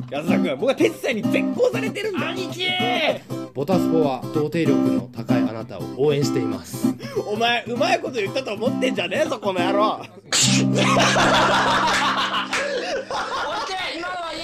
安田君、僕は哲也に絶交されてるんだ。兄貴。 ボタスポは童貞力の高いあなたを応援しています。 お前うまいこと言ったと思ってんじゃねえぞこの野郎。 オッケー、今のはいい。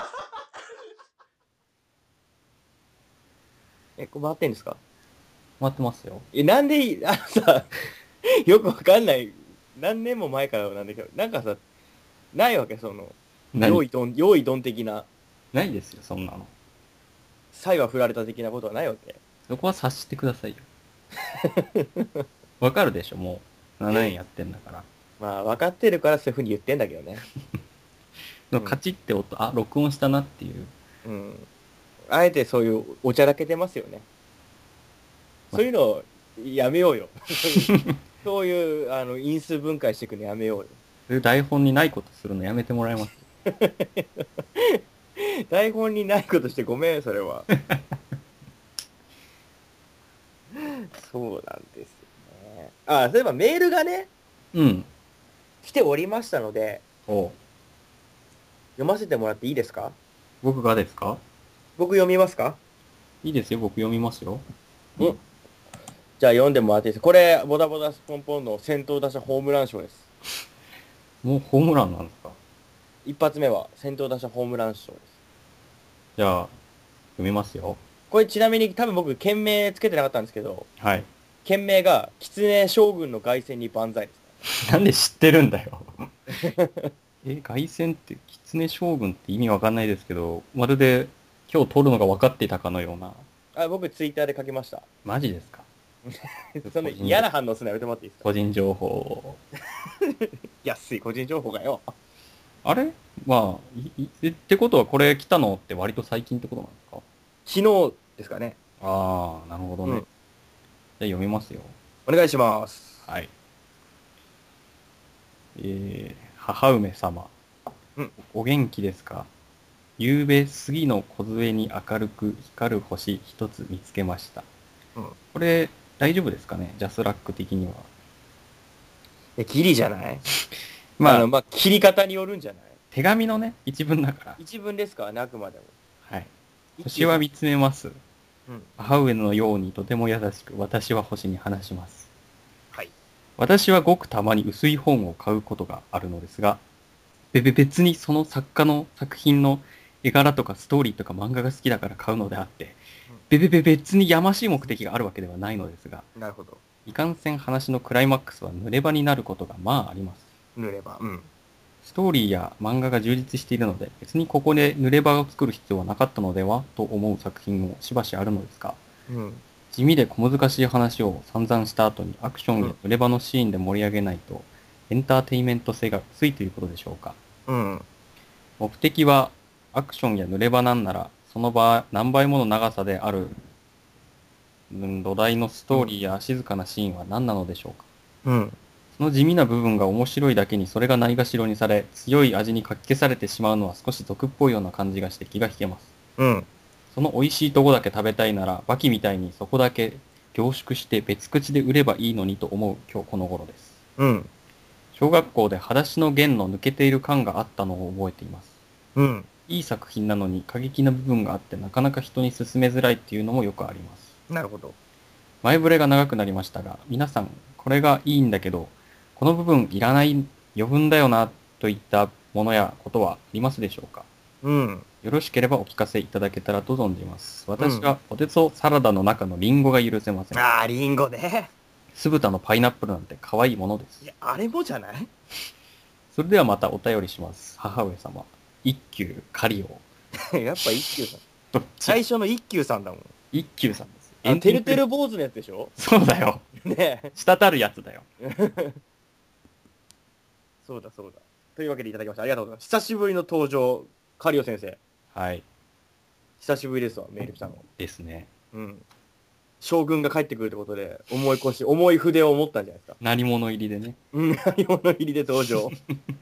これ回ってんですか？ 待ってますよ。 なんでさ、よくわかんない。何年も前からなんだけど、なんかさ、ないわけ、その、用意ドン的な、 ないですよ、そんなの。 才は振られた的なことはないわけ。 そこは察してくださいよ。わかるでしょ、もう。7年やってんだから。 まあ、分かってるからそういう風に言ってんだけどね。 カチッって音、あ、録音したなっていう。 うん。あえてそういうおちゃらけてますよね。そういうのやめようよ。そういう、因数分解していくのやめようよ。 そういう台本にないことするのやめてもらえます？ 台本にないことしてごめん、それは。そうなんですよね。あ、そういえばメールがね、 うん。 来ておりましたので、 お読ませてもらっていいですか？ 僕がですか？ 僕読みますか？ いいですよ、僕読みますよ。 うん。じゃあ読んでもらっていいですか？これ、ボタボタスポンポンの先頭打者ホームラン賞です。 もうホームランなんですか？ 一発目は先頭打者ホームラン賞です。 じゃあ、読みますよ。 これちなみに多分僕、件名つけてなかったんですけど、 はい。 件名が、狐将軍の凱旋に万歳です。 なんで知ってるんだよ。凱旋って狐将軍って意味わかんないですけど、まるで今日撮るのが分かっていたかのような。 僕、ツイッターで書きました。 マジですか？ その嫌な反応するのやめてもらっていいですか？ 個人情報を。 安い個人情報がよ。 あれまあってことはこれ来たのって割と最近ってことなんですか？ 昨日ですかね。 ああ、なるほどね。 うん、 じゃあ読みますよ。 お願いします。 はい。母梅様。 うん。 お元気ですか？夕べ杉の梢に明るく光る星一つ見つけました。 うん。 これ、大丈夫ですかね？ジャスラック的には。 ギリじゃない？ まあ、 切り方によるんじゃない？ 手紙のね、一文だから。 一文ですからね、あくまでも。 はい。星は見つめます。 うん。 母上のようにとても優しく、私は星に話します。 はい。 私はごくたまに薄い本を買うことがあるのですが、別にその作家の作品の絵柄とかストーリーとか漫画が好きだから買うのであって、別にやましい目的があるわけではないのですが、 なるほど。 いかんせん話のクライマックスは濡れ場になることがまああります。 濡れ場。うん。 ストーリーや漫画が充実しているので、別にここで濡れ場を作る必要はなかったのではと思う作品もしばしあるのですが、 うん。 地味で小難しい話を散々した後にアクションや濡れ場のシーンで盛り上げないと、エンターテインメント性が薄いということでしょうか。 うん。 目的はアクションや濡れ場なんなら、その場合何倍もの長さである、土台のストーリーや静かなシーンは何なのでしょうか。 うん。 その地味な部分が面白いだけにそれがないがしろにされ、強い味にかき消されてしまうのは少し俗っぽいような感じがして気が引けます。 うん。 その美味しいとこだけ食べたいなら、バキみたいにそこだけ凝縮して別口で売ればいいのにと思う今日この頃です。 うん。 小学校で裸足の弦の抜けている感があったのを覚えています。 うん。 いい作品なのに過激な部分があってなかなか人に勧めづらいっていうのもよくあります。 なるほど。 前触れが長くなりましたが、皆さんこれがいいんだけど、この部分いらない余分だよなといったものやことはありますでしょうか？ うん。 よろしければお聞かせいただけたらと存じます。私はポテトサラダの中のリンゴが許せません。 ああ、リンゴね。 酢豚のパイナップルなんて可愛いものです。 いや、あれもじゃない？ それではまたお便りします。母上様。一休カリオ。 やっぱ一休さん。 どっち？ 最初の一休さんだもん。 一休さんです。 てるてる坊主のやつでしょ？ そうだよ。 ねえ。 滴るやつだよ。 そうだそうだ。というわけでいただきました。ありがとうございます。久しぶりの登場、カリオ先生。 はい。 久しぶりですわ、メール来たの。 ですね。 うん。将軍が帰ってくるってことで、重い筆を持ったんじゃないですか。 何物入りでね。 うん、何物入りで登場。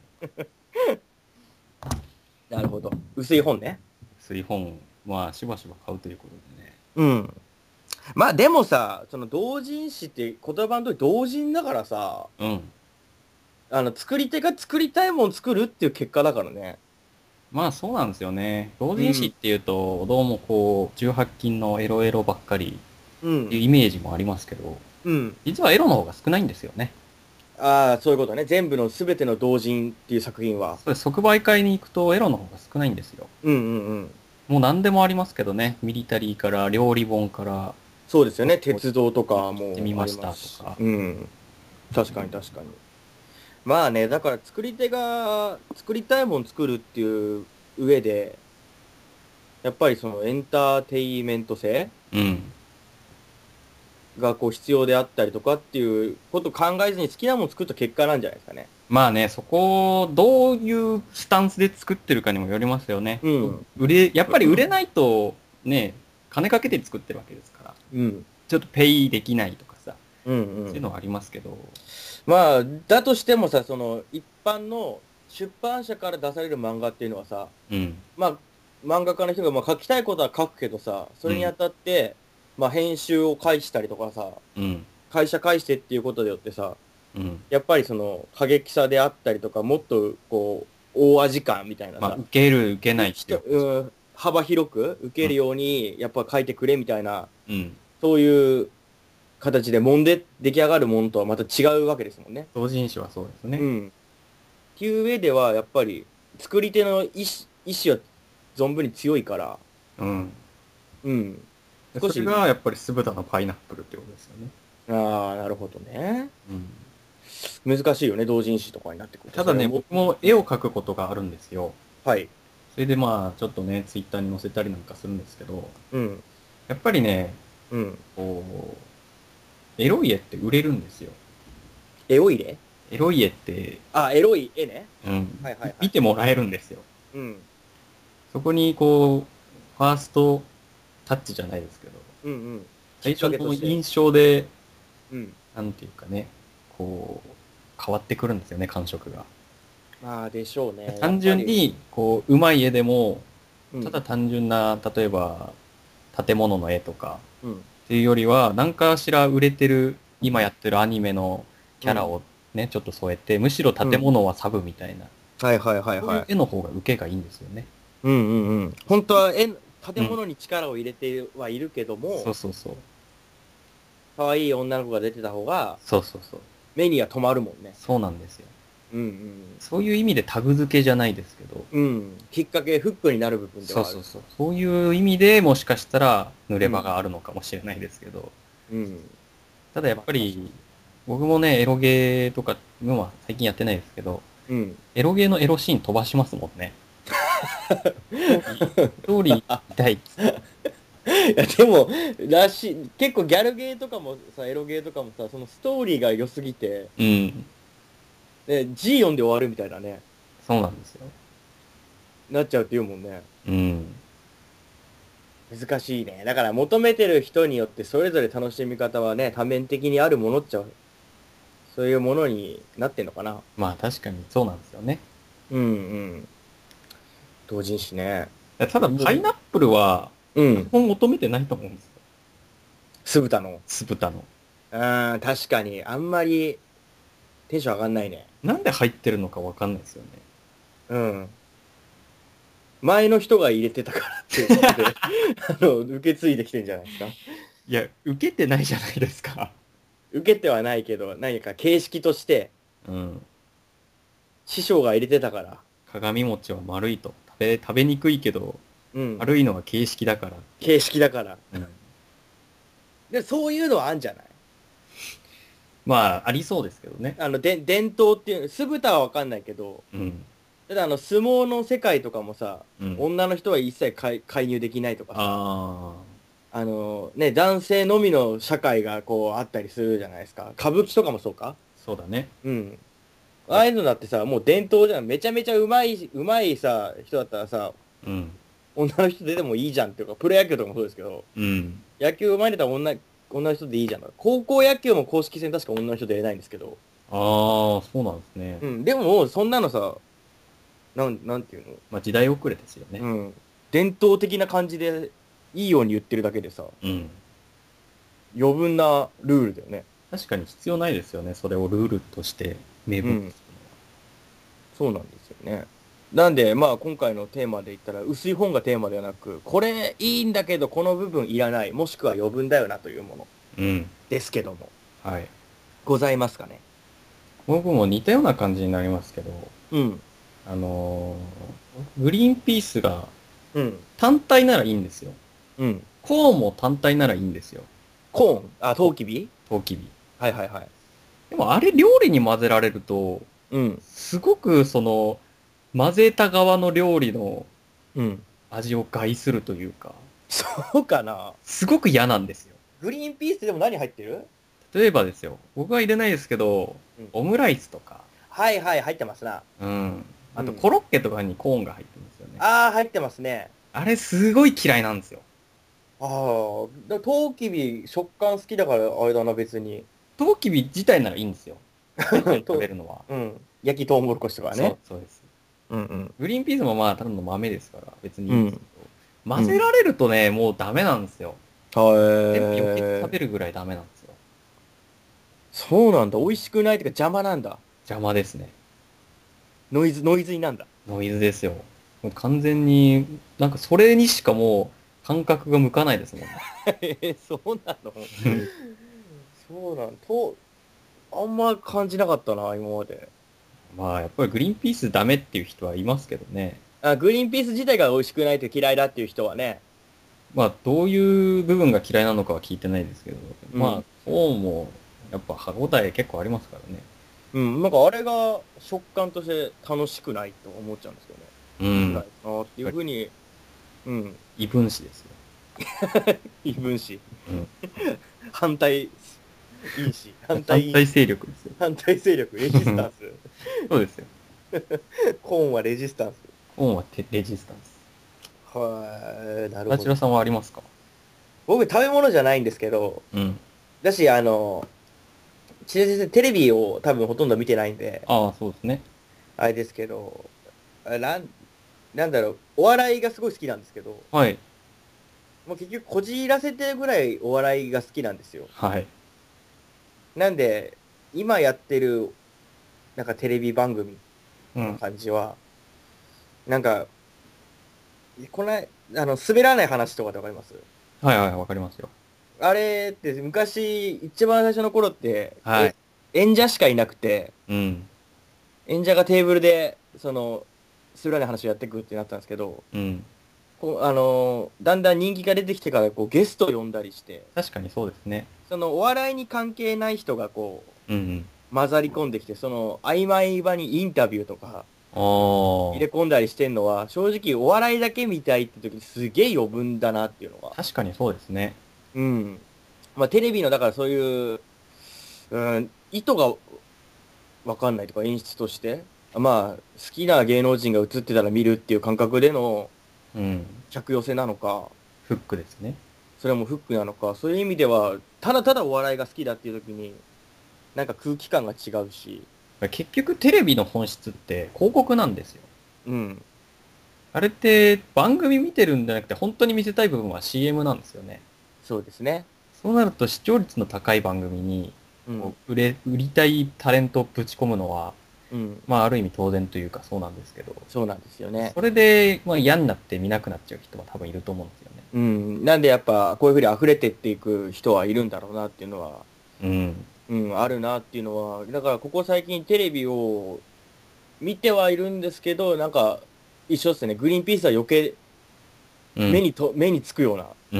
なるほど。薄い本ね。 薄い本はしばしば買うということでね。 うん。まあでもさ、その同人誌って言葉の通り同人だからさ、 うん。 作り手が作りたいもん作るっていう結果だからね。 まあそうなんですよね。同人誌っていうと、どうもこう、18禁のエロエロばっかりっていうイメージもありますけど、 うん。 実はエロの方が少ないんですよね。 ああ、そういうことね。全部の全ての同人っていう作品は。 それ即売会に行くとエロの方が少ないんですよ。 うんうんうん。 もう何でもありますけどね。ミリタリーから料理本から、 そうですよね。鉄道とかもしてみありましたとますし。 か。 うん。確かに確かに。まあね、だから作り手が作りたいもん作るっていう上で、やっぱりそのエンターテインメント性うん。 がこう必要であったりとかっていうことを考えずに好きなもの作った結果なんじゃないですかね。 まあね、そこをどういうスタンスで作ってるかにもよりますよね。 うん。 やっぱり売れないとね、金かけて作ってるわけですから。 うん。 ちょっとペイできないとかさ、 うんそういうのはありますけど。 まあ、だとしてもさ、その一般の出版社から出される漫画っていうのはさ、 うん。 まあ、漫画家の人がまあ書きたいことは書くけどさ、それにあたって、まあ編集を介したりとかさ、 うん。 会社介してっていうことによってさ、 うん。 やっぱりその過激さであったりとか、もっとこう、大味感みたいなまあ、 さ、 受ける、受けないっていう。 幅広く受けるように、やっぱ書いてくれみたいな、 うん。 そういう形でもんで出来上がるものとはまた違うわけですもんね。 同人誌はそうですね。 うん。っていう上では、やっぱり、作り手の意志は存分に強いから、 うん。 うん。少し、 それがやっぱり酢豚のパイナップルってことですよね。 ああ、なるほどね。 うん。 難しいよね、同人誌とかになってくると。 ただね、 それは僕も絵を描くことがあるんですよ。 はい。 それでまあ、ちょっとね、ツイッターに載せたりなんかするんですけど、 うん。 やっぱりね、 うん。 こう、エロい絵って売れるんですよ。 エロいね。 エロい絵って、 あ、エロい絵ね。 うん、 はいはいはい。 見てもらえるんですよ。 うん。 そこにこう、ファーストタッチじゃないですけど、 うんうん。 最初きっかけとして。 の印象で、 うん。 なんていうかね、こう、変わってくるんですよね、感触が。 まあ、でしょうね。やっ単ぱり。 純に、こう、うまい絵でも、 うん。 ただ単純な、例えば、建物の絵とか、 うん。 っていうよりは、何かしら売れてる、今やってるアニメのキャラをね、ちょっと添えて、むしろ建物はサブみたいな、 はいはいはいそういうはい。 絵の方が受けがいいんですよね。 うんうんうん。本当は建うん物に力を入れてはいるけども、 そうそうそう。 可愛い女の子が出てた方が、 そうそうそう。 目には留まるもんね。 そうなんですよ。 うんそういう意味でタグ付けじゃないですけど、 うん。うん。きっかけ、フックになる部分ではある。 そうそうそう。そういう意味でもしかしたら濡れ場があるのかもしれないですけど、 うん。 ただやっぱり、僕もね、エロゲーとか、今は最近やってないですけど、 うん。 エロゲーのエロシーン飛ばしますもんね。ストーリー見たいっつって。 いや、でも、結構ギャルゲーとかもさ、エロゲーとかもさ、そのストーリーが良すぎて、 うん。 ね、G 読んで終わるみたいなね、 そうなんですよ。 なっちゃうって言うもんね。 うん。 難しいね。だから求めてる人によってそれぞれ楽しみ方はね、多面的にあるものっちゃ、そういうものになってんのかな。 まあ確かにそうなんですよね。 うんうん。同人誌ね。 ただパイナップルは、 うん基。本求めてないと思うんですよ。 酢豚の。 酢豚の。 確かに、あんまりテンション上がんないね。 なんで入ってるのかわかんないですよね。 うん。前の人が入れてたからっていうことで、受け継いできてんじゃないですか。 いや、受けてないじゃないですか。 受けてはないけど、何か形式として、 うん。 師匠が入れてたから。 鏡餅は丸いと。食べにくいけど、 うん。 丸いのは形式だから。 形式だから。 うん。 で、そういうのはあんじゃない？ まあ、ありそうですけどね。 伝統っていう、酢豚はわかんないけど、 うん。 ただ相撲の世界とかもさ、 うん。 女の人は一切介入できないとかさ、 あね、男性のみの社会がこうあったりするじゃないですか。歌舞伎とかもそうか？ あ、そうだね。 うん。ああいうのだってさ、もう伝統じゃん。めちゃめちゃうまいさ、人だったらさ、 うん。 女の人出てもいいじゃんっていうか、プロ野球とかもそうですけど、 うん。 野球うまいんだったら女の人でいいじゃん。高校野球も公式戦確か女の人出れないんですけど、 ああ、そうなんですね。 うん。でももうそんなのさ、なんていうまあ、時代遅れですよね。 の？うん。伝統的な感じでいいように言ってるだけでさ、 うん。 余分なルールだよね。 確かに必要ないですよね。それをルールとして名うん。 簿にすそうなんですよね。 なんで、まあ今回のテーマで言ったら、薄い本がテーマではなく、これいいんだけど、この部分いらない、もしくは余分だよなというものうん。 ですけども、 はい。 ございますかね。 僕も似たような感じになりますけど、 うん。 あのグリーンピースがうん。 単体ならいいんですよ。 うん。 コーンも単体ならいいんですよ。 コーン、あ、トウキビ。 トウキビ。 はいはいはい。 でもあれ料理に混ぜられると、 うん。 すごく混ぜた側の料理のうん。 味を害するというか、 そうかな。 すごく嫌なんですよ。 グリーンピースってでも何入ってる？ 例えばですよ、僕は入れないですけど、 うんオムライスとか、 はいはい、入ってますな。 うん。あとうんコロッケとかにコーンが入ってますよね。 ああ、入ってますね。 あれすごい嫌いなんですよ。 ああ、トウキビ食感好きだからあれだな、別に。 トウキビ自体ならいいんですよ。食とべるのは。 うん。焼きトウモロコシとかね。 そうです。 うんうん。 グリーンピースもまあ、ただの豆ですから、別にいいんですけど、 うん混ぜられるとね、もうダメなんですよ。全部避けて食べるぐらいダメなんですよ。 そうなんだ。美味しくないっていうか邪魔なんだ。 邪魔ですね。 ノイズになんだ。 ノイズですよ。もう完全に、なんかそれにしかもう感覚が向かないですもんね。 そうなの？そうなんと、あんま感じなかったな、今まで。 まあ、やっぱりグリーンピースダメっていう人はいますけどね。 あ、グリーンピース自体が美味しくないって嫌いだっていう人はね。 まあ、どういう部分が嫌いなのかは聞いてないですけど、 うんまあ、コーンも、やっぱ歯応え結構ありますからね。 うん、なんかあれが食感として楽しくないと思っちゃうんですけどね。 うん良くない。なっていうふうに、うん、 異分子ですよ。 異分子。 うん。 反対因子。反反対因子。 対勢力ですよ。 反対勢力。レジスタンス。 そうですよ。 コーンはレジスタンス。 コーンはレジスタンス。 はい、なるほど。 あちらさんはありますか？ 僕食べ物じゃないんですけど、 うん。 だし、千田先生テレビを多分ほとんど見てないんで、 ああ、そうですね。 あれですけど、なんだろう、お笑いがすごい好きなんですけど、 はい。 もう結局こじらせてるぐらいお笑いが好きなんですよ。 はい。 なんで、今やってる、なんかテレビ番組のうん。 感じは、なんか、滑らない話とかでわかります？ はいはい、わかりますよ。 あれって昔、一番最初の頃って、 はい。 演者しかいなくて、 うん。 演者がテーブルで、滑らない話をやっていくってなったんですけど、 うん。 だんだん人気が出てきてから、ゲスト呼んだりして、 確かにそうですね。 お笑いに関係ない人がうんうん。 混ざり込んできて、曖昧場にインタビューとかあ入れあ。 込んだりしてんのは、正直お笑いだけ見たいって時にすげえ余分だなっていうのが。 確かにそうですね。 うん。まあテレビの、だからそういう、意図がわかんないとか演出として、まあ好きな芸能人が映ってたら見るっていう感覚でのうん。 客寄せなのか、 フックですね。 それもフックなのか、そういう意味では、ただただお笑いが好きだっていう時に、なんか空気感が違うし、 結局テレビの本質って広告なんですよ。 うん。 あれって番組見てるんじゃなくて本当に見せたい部分は CM なんですよね。 そうですね。 そうなると視聴率の高い番組にうん。 売りたいタレントをぶち込むのは、 うん。 まあある意味当然というかそうなんですけど、 そうなんですよね。 それで、まあ、嫌になって見なくなっちゃう人は多分いると思うんですよね。 うん。なんでやっぱ、こういうふうに溢れてっていく人はいるんだろうなっていうのは、 うん。 うん、あるなっていうのは、だからここ最近テレビを見てはいるんですけど、なんか、一緒ですね。グリーンピースは余計うん。 目につくようなうん。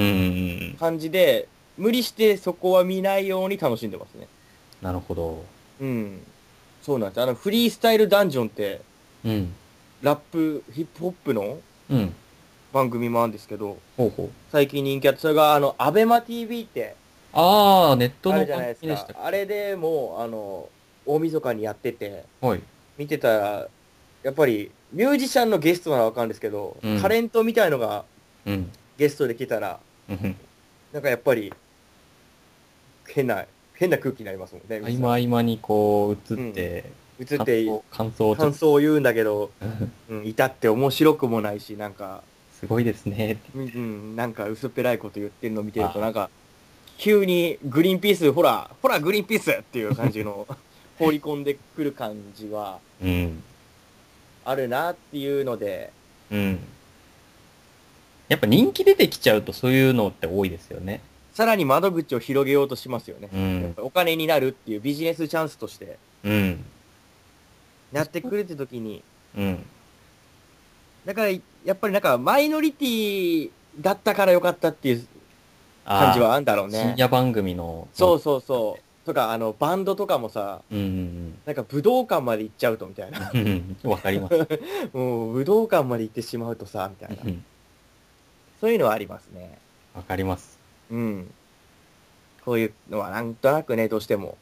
感じで、無理してそこは見ないように楽しんでますね。 なるほど。 うん。そうなんです。フリースタイルダンジョンって、 うん。 ラップ、ヒップホップのうん。 番組もあるんですけど、 ほうほう。 最近人気あって、それがアベマ TV ってああ、ネットのあるじゃないです番組でしたっ。 かあれでもう、大晦日にやってて、 け？はい。 見てたら、やっぱり、ミュージシャンのゲストならわかるんですけど、 うんタレントみたいのがうん。 ゲストで来たら、 うんなんかやっぱり、変な空気になりますもんね。 合間合間にこう映って、 映って、 感想をちょっ感想を言うんだけど、 と、 いたって面白くもないし、なんか、 すごいですねって。 なんか薄っぺらいこと言ってるの見てると、 あなんか、急にグリーンピース、ほらグリーンピースっていう感じの放り込んでくる感じはうん。 あるなっていうので、 うん。やっぱ人気出てきちゃうとそういうのって多いですよね。 さらに窓口を広げようとしますよね。 うやっん。 ぱお金になるっていうビジネスチャンスとしてうん。 やってくるって時に、 うん。 だからやっぱりなんかマイノリティだったからよかったっていう感じはあるんだろうね。 深夜番組の。 そうそうそう。とか、バンドとかもさ、 うんうんなんか武道館まで行っちゃうとみたいな。 うん。わかります。 もう武道館まで行ってしまうとさ、みたいな。 うんそういうのはありますね。 わかります。 うん。こういうのはなんとなくね、どうしても。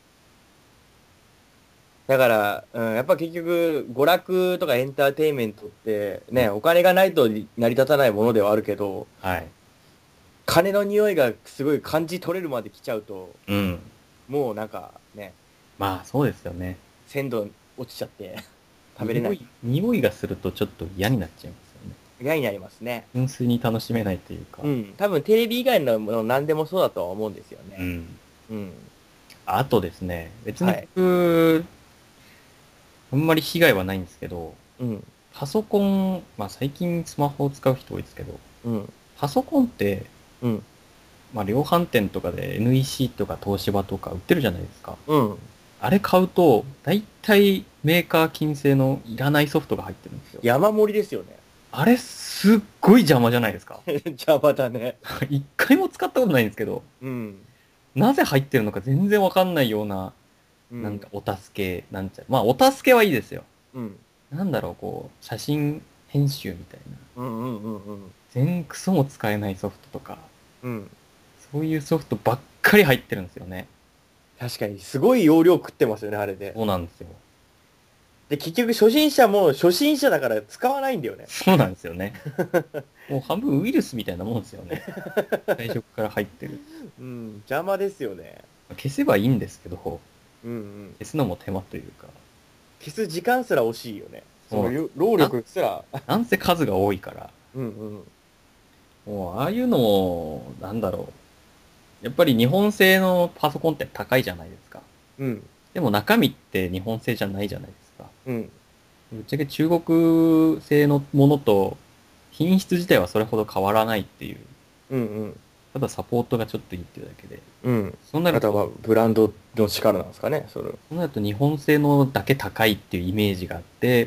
だから、やっぱ結局、娯楽とかエンターテインメントってね、お金がないと成り立たないものではあるけど、 はい。 金の匂いがすごい感じ取れるまで来ちゃうと、 うん。 もうなんかね、 まあそうですよね。 鮮度落ちちゃって食べれない。 匂いがするとちょっと嫌になっちゃいますよね。 嫌になりますね。 純粋に楽しめないというか。 うん。多分テレビ以外のもの何でもそうだとは思うんですよね。 うん。 うん。 あとですね、別にはい僕、あんまり被害はないんですけど、 うん。 パソコン、まあ最近スマホを使う人多いですけど、 うん。 パソコンって、 うん。 まあ量販店とかで NEC とか東芝とか売ってるじゃないですか。 うん。 あれ買うと、大体メーカー禁制のいらないソフトが入ってるんですよ。 山盛りですよね。 あれすっごい邪魔じゃないですか。 邪魔だね。 一回も使ったことないんですけど、 うん。 なぜ入ってるのか全然わかんないような、 うん。 なんかお助け、なんちゃ、まあお助けはいいですよ。 うん。 なんだろう、こう、写真編集みたいな。 うんうんうんうん。 全クソも使えないソフトとか、 うん。 そういうソフトばっかり入ってるんですよね。 確かに、すごい容量食ってますよね、あれで。 そうなんですよ。 で、結局初心者も初心者だから使わないんだよね。 そうなんですよね。もう半分ウイルスみたいなもんですよね。最初から入ってる。 うん。邪魔ですよね。 消せばいいんですけど、 うんうん。 消すのも手間というか、 消す時間すら惜しいよね。そそうの労力すら。 なんせ数が多いから、 うんうん。 もうああいうのも、なんだろう。やっぱり日本製のパソコンって高いじゃないですか。 うん。 でも中身って日本製じゃないじゃないですか。 うん。 ぶっちゃけ中国製のものと品質自体はそれほど変わらないっていう。 うんうん。 ただサポートがちょっといいっていうだけで。 うん。 そうなるあとはと、 ブランドの力なんですかね、それ。 そうなると日本製のだけ高いっていうイメージがあって、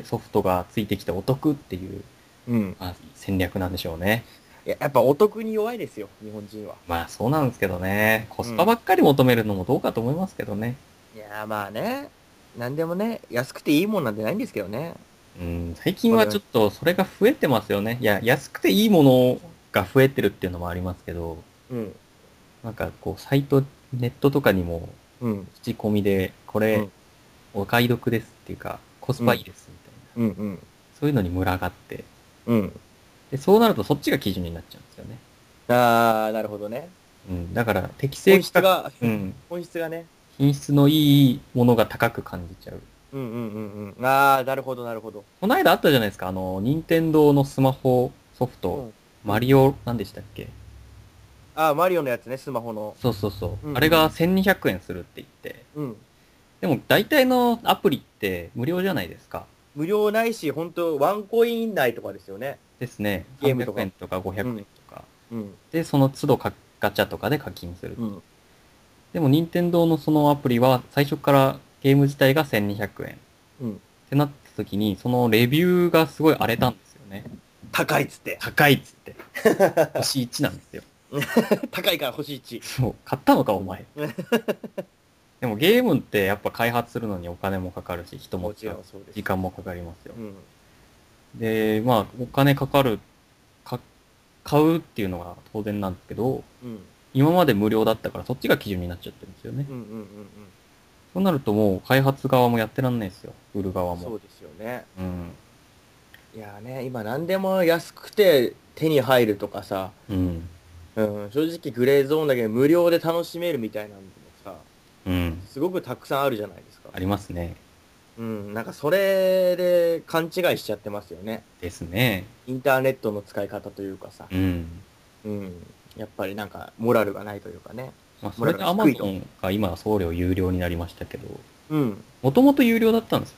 ソフトがついてきてお得っていう、 うん。 まあ、戦略なんでしょうね。 やっぱお得に弱いですよ、日本人は。 まあそうなんですけどね。コスパばっかり求めるのもどうかと思いますけどね。 いやーまあね、なんでもね、安くていいもんなんてないんですけどね。 うん、最近はちょっとそれが増えてますよね。いや、安くていいものが増えてるっていうのもありますけど、 うん。 なんかこう、サイト、ネットとかにもうん。 口コミで、これ、 うんお買い得ですっていうか、コスパいいですみたいな。 うんうん。 そういうのに群がって、 うん。 で、そうなるとそっちが基準になっちゃうんですよね。 あー、なるほどね。 うん。だから適正本質が、 うん。 本質がね。 品質のいいものが高く感じちゃう。 うんうんうんうん。あー、なるほどなるほど。 この間あったじゃないですか、任天堂のスマホソフト、 うんマリオ、なんでしたっけ？ あー、マリオのやつね、スマホの。 そうそうそう。 うんあれが1200円するって言って。 うん。 でも大体のアプリって無料じゃないですか。 無料ないし、ほんと、ワンコイン以内とかですよね。 ですね。300 ゲームとか円とか500円とか。 うん。 で、その都度ガチャとかで課金する。 うん。 でも任天堂のそのアプリは最初からゲーム自体が1200円。 うん。 ってなった時に、そのレビューがすごい荒れたんですよね。 高いっつって。 高いっつって。星1なんですよ。 高いから星1。 そう、買ったのかお前。でもゲームってやっぱ開発するのにお金もかかるし、人ももちろんそうです。 時間もかかりますよう。ん。 で、まあ、お金かかる、買うっていうのが当然なんですけど、 うん。 今まで無料だったからそっちが基準になっちゃってるんですよね。 うんうんうんそうなるともう開発側もやってらんないですよ。売る側うん。そも。 うですよね。 うん。 いやーね、今何でも安くて手に入るとかさ、 うん。 正直グレーゾーンだけど無料で楽しめるみたいなのもさ、 うん。 すごくたくさんあるじゃないですか。 ありますね。 うん、なんかそれで勘違いしちゃってますよね。 ですね。 インターネットの使い方というかさ、 うん。 うん、やっぱりなんかモラルがないというかね。 まあ、それでモラルが低いと。 Amazon が今送料有料になりましたけど、 うん、 もともと有料だったんですよね。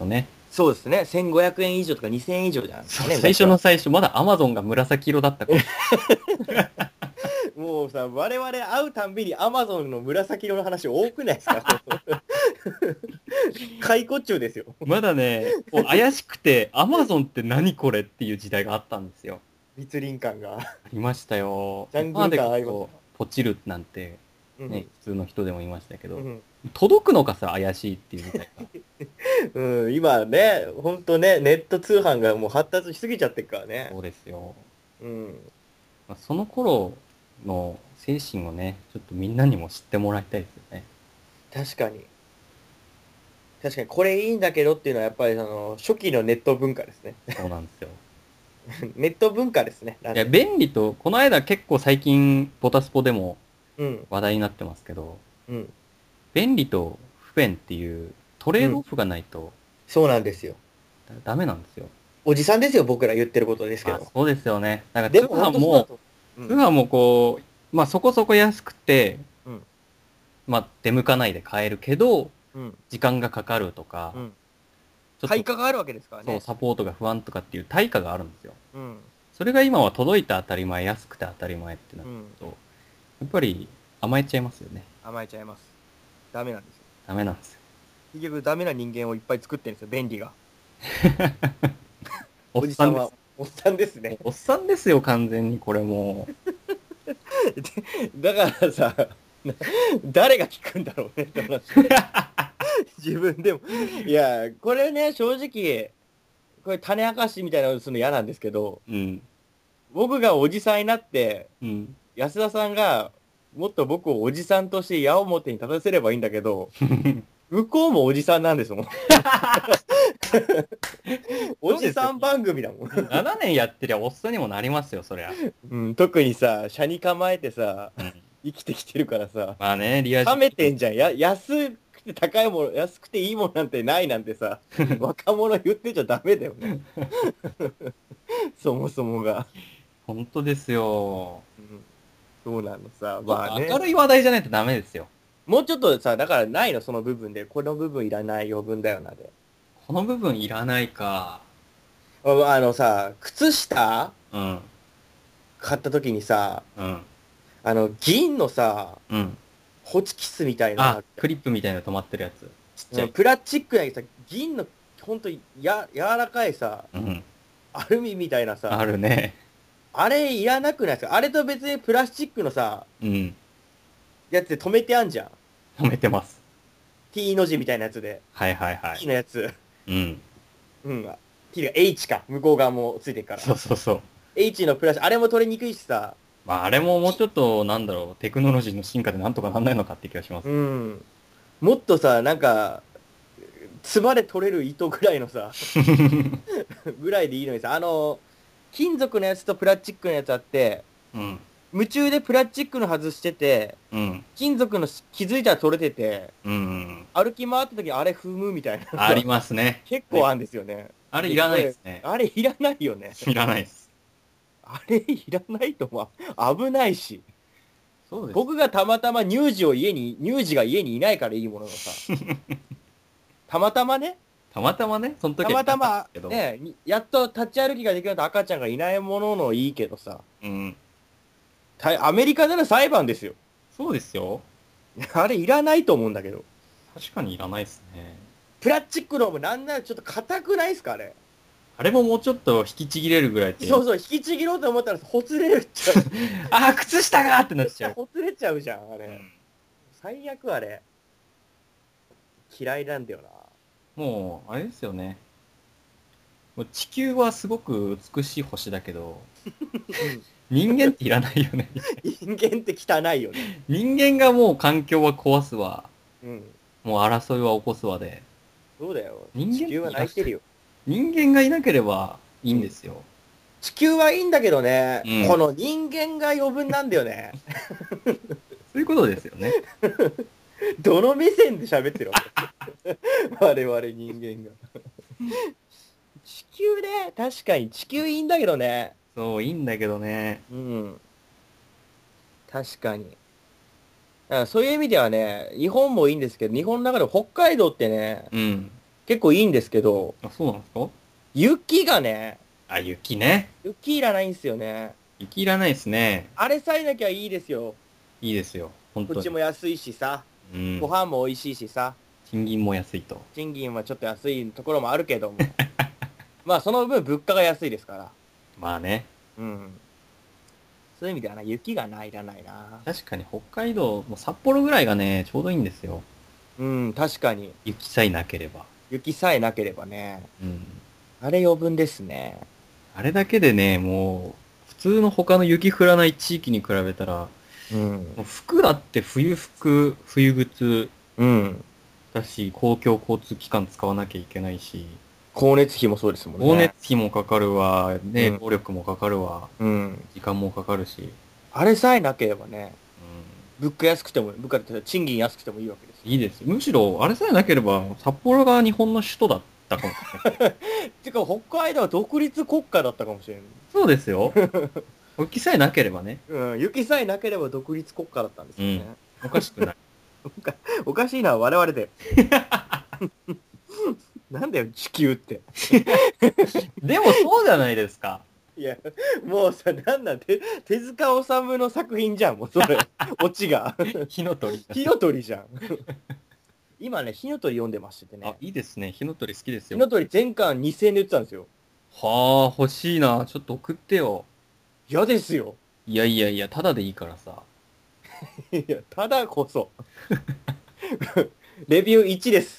そうですね。1500円以上とか2000円以上じゃん、ね。 最初の最初、まだアマゾンが紫色だった頃。 もうさ、我々会うたんびにアマゾンの紫色の話多くないですか？解雇中ですよ。 まだね、こう怪しくて、アマゾンって何これっていう時代があったんですよ。 密林感が。 ありましたよ。 ジャングル感ありますこうポチるなんて、 うんね、普通の人でもいましたけど、 うん届くのかさ、怪しいっていう時代が。 うん、今ね、ほんとね、ネット通販がもう発達しすぎちゃってるからねそ。うですよ。 うん。 まあその頃の精神をね、ちょっとみんなにも知ってもらいたいですよね。 確かに。確かに、これいいんだけどっていうのはやっぱり初期のネット文化ですね。 そうなんですよ。 ネット文化ですね。なんいや、 で便利と、この間結構最近、ボタスポでもうん。 話題になってますけど、 うん。 便利と不便っていうトレードオフがないとそうなんですよ。 ダメなんですよ。 おじさんですよ、僕ら言ってることですけど。 そうですよね。だからでも、本当そうだと思う。 通販もこう、まあそこそこ安くて、 うんまあ出向かないで買えるけど、 うん。 時間がかかるとか、 うん。 ちょっ対価があるわけですからそう、 ね。 サポートが不安とかっていう対価があるんですよ。 うん。 それが今は届いて当たり前、安くて当たり前ってなるうん。 と、やっぱり甘えちゃいますよね。 甘えちゃいます。ダメなんですよ。 ダメなんですよ。 結局ダメな人間をいっぱい作ってるんですよ、便利が。 おっさんです。 おっさんですね。 おっさんですよ、完全にこれもう。 だからさ、誰が聞くんだろうねって話。自分でも。いや、これね、正直、これ種明かしみたいなのするの嫌なんですけど、 うん。 僕がおじさんになって、 うん。 安田さんがもっと僕をおじさんとして矢面に立たせればいいんだけど、向こうもおじさんなんですもん。おじさん番組だもん。 7年やってりゃおっさんにもなりますよ、そりゃ。 うん、特にさ、車に構えてさ、 うん。 生きてきてるからさ、 まあね、リア冷めてんじゃん。安くて高いもの、安くていいものなんてないなんてさ、若者言ってちゃダメだよね。そもそもが。 本当ですよ。 うんそうなのさ、まあね。 明るい話題じゃないとダメですよ。 もうちょっとさ、だからないの、その部分で。この部分いらない余分だよなで。 この部分いらないか。 さ、靴下うん。 買った時にさ、 うん。 銀のさ、 うん。 ホチキスみたいなのあ、クリップみたいなの止まってるやつ。ちっちゃい。 プラスチックやさ、銀の、ほんと柔らかいさ、 うん。 アルミみたいなさ、 あるね。 あれいらなくないですか？あれと別にプラスチックのさ、 うん。 やつで止めてあんじゃん。 止めてます。 T の字みたいなやつで。 はいはいは T い。 のやつ。 うん。 うん。T が H か。向こう側もついてるから。 そうそうそう。 H のプラス、あれも取りにくいしさ。 まああれももうちょっと、なんだろう、テクノロジーの進化でなんとかなんないのかって気がします。 うん。もっとさ、なんか、つばで取れる糸ぐらいのさ、ぐらいでいいのにさ、金属のやつとプラスチックのやつあって、 うん。 夢中でプラスチックの外してて、 うん。 金属の気づいたら取れてて、 うん。 歩き回った時あれ踏むみたいな。 ありますね。 結構あるんですよね。 あれいらないですね。 あれいらないよね。 いらないです。 あれいらないと思う。危ないし。 そうです。 僕がたまたま乳児が家にいないからいいもののさ。たまたまね、 たまたまね、その時たまたまけど、 ね、やっと立ち歩きができるようになった赤ちゃんがいないもののいいけどさ。 うん。 アメリカでの裁判ですよ。 そうですよ。 あれいらないと思うんだけど。 確かにいらないですね。 プラスチックのもなんならちょっと硬くないっすかあれ。 あれももうちょっと引きちぎれるぐらいで。 そうそう、引きちぎろうと思ったらほつれるっちゃう。 ああ、靴下がーってなっちゃう。 ほつれちゃうじゃん、あれ。 うん最悪あれ。嫌いなんだよな。 もう、あれですよね。もう地球はすごく美しい星だけど、人間っていらないよね。 人間って汚いよね。 人間がもう環境は壊すわ。 うん。 もう争いは起こすわで。 そうだよ。 人間地球は泣いてるよ。 人間がいなければいいんですよ。 地球はいいんだけどね、 うんこの人間が余分なんだよね。 そういうことですよね。 どの目線で喋ってるわけ我々人間が。地球ね、確かに地球いいんだけどね。 そう、いいんだけどね。 うん。確かに。だからそういう意味ではね、日本もいいんですけど、日本の中でも北海道ってね、 うん。 結構いいんですけど、 あ、そうなんですか？ 雪がね、 あ、雪ね。 雪いらないんですよね。 雪いらないですね。 あれさえなきゃいいですよ。 いいですよ。本当に。 土地も安いしさ、 うん。 ご飯も美味しいしさ、 賃金も安いと。 賃金はちょっと安いところもあるけども。まあその分物価が安いですから。 まあね。 うん。そういう意味ではな、雪がないらないな。 確かに北海道、もう札幌ぐらいがね、ちょうどいいんですよ。 うん、確かに。 雪さえなければ。 雪さえなければね。 うん。 あれ余分ですね。 あれだけでね、もう、普通の他の雪降らない地域に比べたら、 うん。 もう服だって冬服、冬靴うん。 だし、公共交通機関使わなきゃいけないし、 光熱費もそうですもんね。 光熱費もかかるわ、ね、 うん労力もかかるわ、 うん。 時間もかかるし、 あれさえなければね、 う物価安くても、物価って賃金安くてもいいわけですよ。 ん、いいですよ。むしろ、あれさえなければ、札幌が日本の首都だったかもしれない。 てか、北海道は独立国家だったかもしれん。 そうですよ。雪さえなければね。 うん、雪さえなければ独立国家だったんですよね。 おかしくない。 おかしいのは我々で。なんだよ、地球って。 でもそうじゃないですか。 いや、もうさ、なんなんて、手塚治虫の作品じゃん、もうそれ。オチが。 火の鳥。 火の鳥じゃん。今ね、火の鳥読んでましてあね、。 いいですね。火の鳥好きですよ。 火の鳥全巻2000円で売ってたんですよ。 はあ、欲しいな。ちょっと送ってよ。 嫌ですよ。 いやいやいや、ただでいいからさ。 いや、ただこそ。レビュー1です。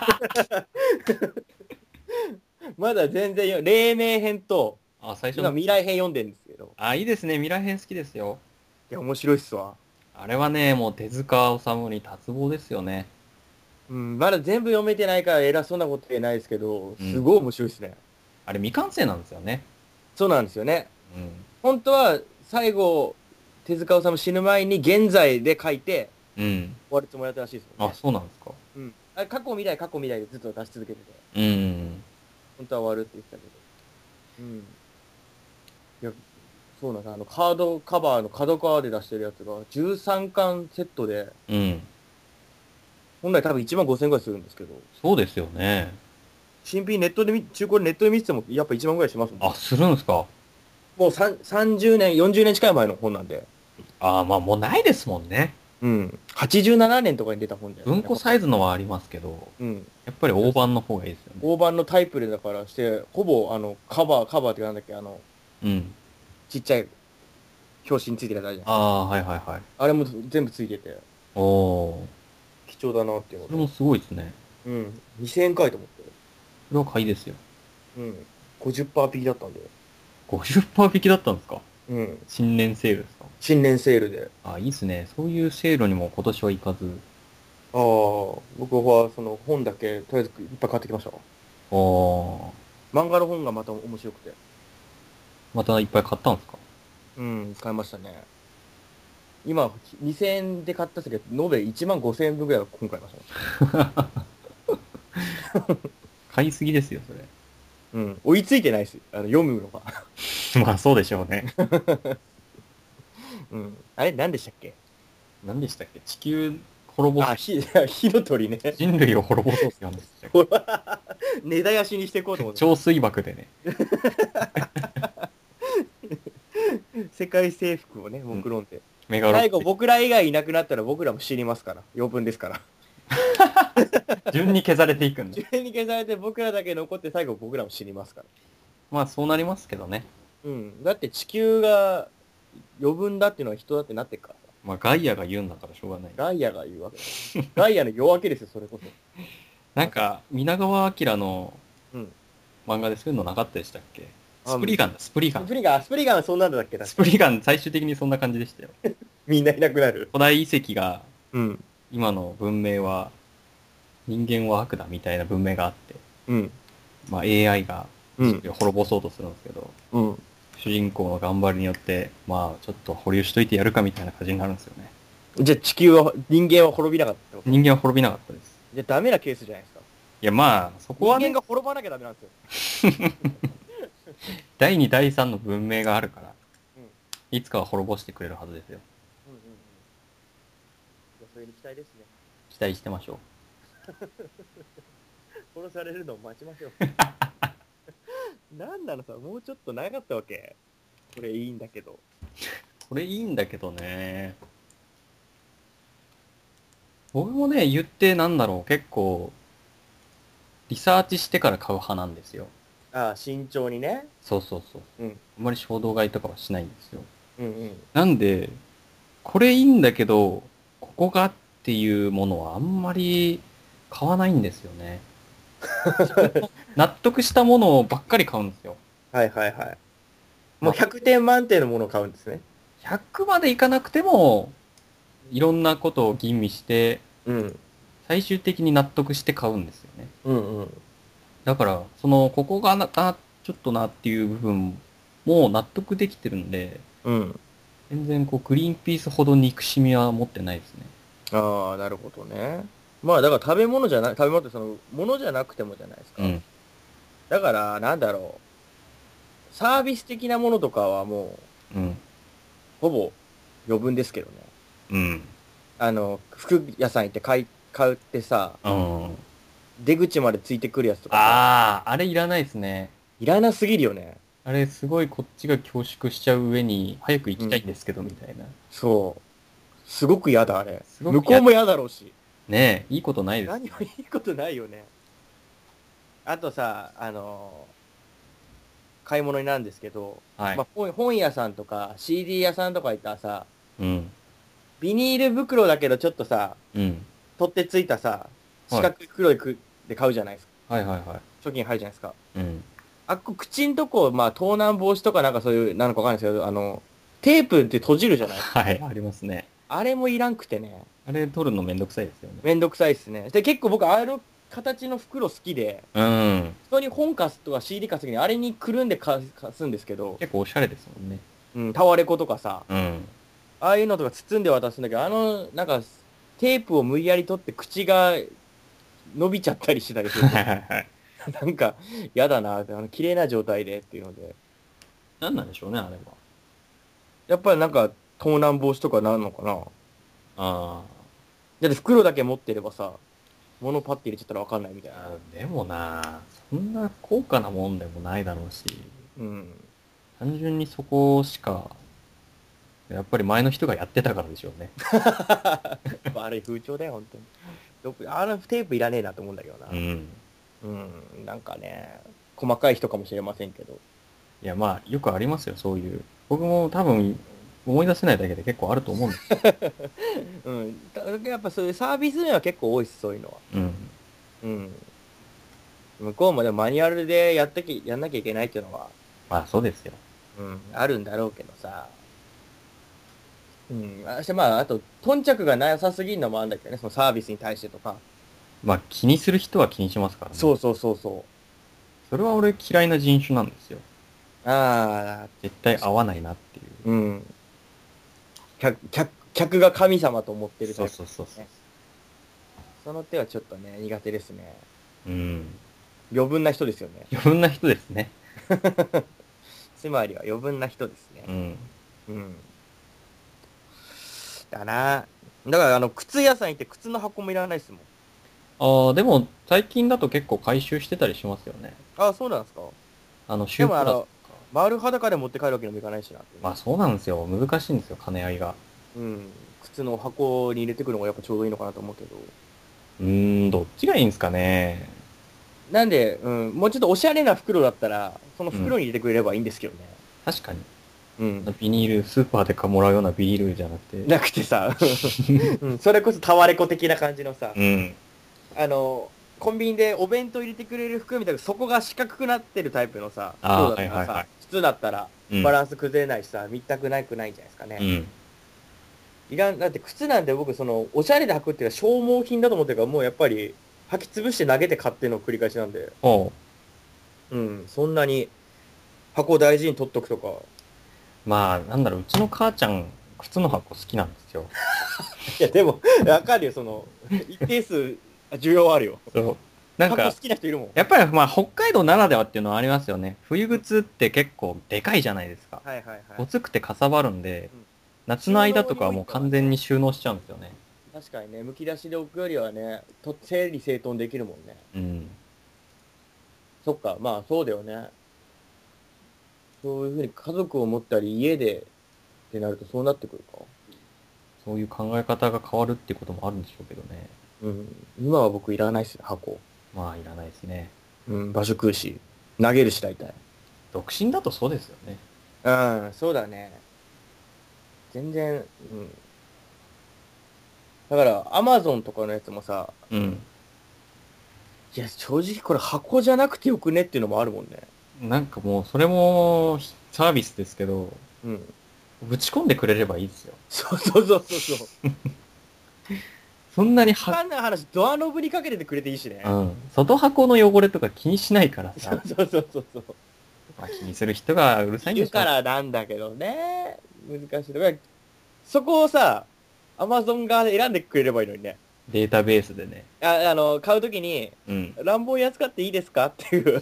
まだ全然黎明編と、 あ、最初今の。 未来編読んでるんですけど。 あ、いいですね。未来編好きですよ。 いや、面白いっすわ。 あれはね、もう手塚治虫に脱帽ですよね。 うん、まだ全部読めてないから偉そうなこと言えないですけど、 うんすごい面白いですね。 あれ未完成なんですよね。 そうなんですよね。 うん。 本当は最後、手塚治虫死ぬ前に現在で書いてうん。 終わるつもりだったらしいですもんあ、 ね。 そうなんですか。 うん。あれ過去未来過去未来でずっと出し続けてて、 うん。 本当は終わるって言ってたけど。うん。いや、そうなんだ。カードカバーの角川で出してるやつが13巻セットで、 うん。 本来多分1万5000円ぐらいするんですけど、 そうですよね。 新品ネットで中古でネットで見ててもやっぱ1万ぐらいしますもん。 あ、するんですか。 もう30年、40年近い前の本なんで。 あ、まあもうないですもんね。 うん。87年とかに出た本じゃない文庫サイズのはありますけど、 うん。 やっぱり大判の方がいいですよね。 大判のタイプでだからして、ほぼカバーってなんだっけ、 うん。 ちっちゃい表紙についてるやつあるじゃん。 ああ、はいはいはい。 あれも全部ついてて、 おお。 貴重だなっていうので。 それもすごいですね。 うん。2000円かいと思って。 それは買いですよ。 うん。50%引きだったんで。 50%引きだったんですか？ うん。 新年セールですか？ 新年セールで。 あ、いいですね。そういうセールにも今年は行かず。 ああ、僕はその本だけ、とりあえずいっぱい買ってきましたわ。 おー。 漫画の本がまた面白くて。 またいっぱい買ったんですか？ うん、買いましたね。今、2000円で買ったんですけど、延べ1万5000円分ぐらいは今回買いましたね。 買いすぎですよ、それ。 うん。追いついてないです。読むのが。 まあそうでしょうね。 うん。あれ、何でしたっけ？ 何でしたっけ？地球滅ぼあ、 す。 火の鳥ね。 人類を滅ぼそうって話でしたっけ？ 根絶やしにしていこうと思って。 超水爆でね。 世界征服をね、目論んで。 メガロ最後僕ら以外いなくなったら僕らも死にますから。余分ですから。 順に削られていくんで。 急に消されて僕らだけ残って最後僕らも死にますから。 まあそうなりますけどね。 うん。だって地球が余分だっていうのは人だってなってっからさ。 まあガイアが言うんだからしょうがない。 ガイアが言うわけだ。ガイアの夜明けですよ、それこそ。 なんか、皆川明のうん。 漫画でそういうのなかったでしたっけ？ あスプリガンだ、スプリガン。 スプリガンはそんなんだっけな。 スプリガン最終的にそんな感じでしたよ。 みんないなくなる。 古代遺跡が、 うん。 今の文明は、人間は悪だみたいな文明があって、 うん。 まあ AI がうん地球を滅ぼそうとするんですけど、 うん。 主人公の頑張りによって、まあちょっと保留しといてやるかみたいな感じになるんですよね。 じゃあ地球は、人間は滅びなかったってこと？ 人間は滅びなかったです。 じゃあダメなケースじゃないですか。 いやまあ、そこはね、 人間が滅ばなきゃダメなんですよ。 第2、第3の文明があるから、 うん。 いつかは滅ぼしてくれるはずですよ。 うんうんうん。じゃあそれに期待ですね。 期待してましょ殺されるのを待ちましょう。なんなのさ、もうちょっと長かったわけ。これいいんだけど。 これいいんだけどね。僕もね、言ってなんだろう、結構、リサーチしてから買う派なんですよ。 ああ、慎重にね。 そうそうそう。 うん。 あんまり衝動買いとかはしないんですよ。 うんうん。 なんで、これいいんだけど、ここがっていうものはあんまり買わないんですよね。納得したものばっかり買うんですよ。 はいはいはい。もう100点満点のものを買うんですね。 100までいかなくても、いろんなことを吟味して、 うん。 最終的に納得して買うんですよね。 うんうん。 だから、ここがちょっとなっていう部分も納得できてるんで、 うん。 全然グリーンピースほど憎しみは持ってないですね。 ああ、なるほどね。まあだから食べ物じゃない、食べ物ってその、ものじゃなくてもじゃないですか。 うん。 だから、なんだろう。サービス的なものとかはもう、 うん。 ほぼ余分ですけどね。 うん。 服屋さん行って買うってさ、 うん。 出口までついてくるやつとかさ、 ああ、あれいらないですね。 いらなすぎるよね。 あれすごいこっちが恐縮しちゃう上に、早く行きたいんですけど、みたいな。 そう。すごく嫌だ、あれ。 すごく嫌向こうも嫌だろうし。 ねえ、いいことないです。 何もいいことないよね。あとさ、買い物になるんですけど、 はい。 まあ、本屋さんとか CD 屋さんとか行ったらさ、 うん。 ビニール袋だけどちょっとさ、 うん。 取ってついたさ、四角い袋で買うじゃないですか。 はいはいはい。 商品入るじゃないですか。 うん。 口んとこ、まあ、盗難防止とかなんかそういう、なのかわかんないですけど、テープって閉じるじゃない。 はい、ありますね。 あれもいらんくてね。 あれ取るのめんどくさいですよね。 めんどくさいっすね。で、結構僕、ああいう形の袋好きで、 うん。 人に本貸すとか CD 貸すときにあれにくるんで貸すんですけど、 結構おしゃれですもんね。 うん、タワレコとかさ、 うん。 ああいうのとか包んで渡すんだけど、なんか、テープを無理やり取って口が伸びちゃったりしたりするはいはいはい。 と、なんか、嫌だなって、綺麗な状態でっていうので、 なんなんでしょうね、あれは。 やっぱりなんか、盗難防止とかなるのかな。 あだって袋だけ持ってればさ、物パッて入れちゃったらわかんないみたいな。 でもな、そんな高価なもんでもないだろうし、 うん。 単純にそこしか、やっぱり前の人がやってたからでしょうね。 悪い風潮だよ、本当に。あのテープいらねえなと思うんだけどな。 うん。 うん、なんかね、細かい人かもしれませんけど。 いや、まあ、よくありますよ、そういう。僕も多分、思い出せないだけで結構あると思うんですよ。 うん。やっぱそういうサービス面は結構多いっす、そういうのは。 うん。 うん。向こうもでもマニュアルでやんなきゃいけないっていうのは、 まあ、そうですよ。 うん、あるんだろうけどさ。うん。まあ、あと、頓着がなさすぎるのもあるんだけどね、そのサービスに対してとか。 まあ、気にする人は気にしますからね。 そうそうそうそそれは俺嫌いな人種なんですよ。 う。ああ、 絶対合わないなっていう。 うん。客が神様と思ってるタそうイプそうそうそう。 その手はちょっとね、苦手ですね。 うん。 余分な人ですよね。 余分な人ですね。 つまりは余分な人ですね。 うん。 うん。だな。だから靴屋さん行って靴の箱もいらないですもん。 ああ、でも、最近だと結構回収してたりしますよね。 あ、そうなんですか。 シュープラとか。 丸裸で持って帰るわけにもいかないしなって。 まあ、そうなんですよ。難しいんですよ、兼ね合いが。 うん。靴の箱に入れてくるのがやっぱちょうどいいのかなと思うけど。 どっちがいいんですかね。 なんで、うん、もうちょっとおしゃれな袋だったら、その袋に入れてくれればいいんですけどね。 確かに。 うん。 ビニール、スーパーでもらうようなビニールじゃなくて。 なくてさ、うん、それこそタワレコ的な感じのさ、 うん。 コンビニでお弁当入れてくれる袋みたいな底が四角くなってるタイプのさ、 あーそうだったらさ、 はいはいはい普通だったらうんバランス崩れないしさ、見たくないじゃないですかね。 うん。 だって靴なんて僕おしゃれで履くっていうのは消耗品だと思ってるから、もうやっぱり履き潰して投げて買っての繰り返しなんで、 おう。 うん、そんなに箱を大事に取っとくとか。 まあ、なんだろう、うちの母ちゃん、靴の箱好きなんですよ。 いや、でも、わかるよ、一定数、需要あるよ。 そう。なん箱好か、 きな人いるもん。 やっぱりまあ、北海道ならではっていうのはありますよね。冬靴って結構でかいじゃないですか。 はいはいはい。 ごつくてかさばるんで、 うん夏の間とかはもう完全に収納しちゃうんですよね。 確かにね、剥き出しで置くよりはね、整理整頓できるもんね。 うん。 そっか、まあそうだよね。そういうふうに家族を持ったり家でってなるとそうなってくるか。 そういう考え方が変わるっていうこともあるんでしょうけどね。 うん。今は僕いらないっすよ、箱。 まあ、いらないですね。 うん、場所食うし。投げるし大体。 独身だとそうですよね。 うん、そうだね。全然、うん。だから、アマゾンとかのやつもさ、 うん。 いや、正直これ箱じゃなくてよくねっていうのもあるもんね。 なんかもう、それもサービスですけど、 うん。 ぶち込んでくれればいいですよ。 そうそうそうそうそう。 そんなにわかんない話、ドアノブにかけててくれていいしね。 うん。外箱の汚れとか気にしないからさ。 そうそうそうそう。 まあ、気にする人がうるさいんでしょ。 いるからなんだけどね。難しいところ。そこをさ、アマゾン側で選んでくれればいいのにね。 データベースでね。 買うときに、 うん。 乱暴に扱っていいですかっていう。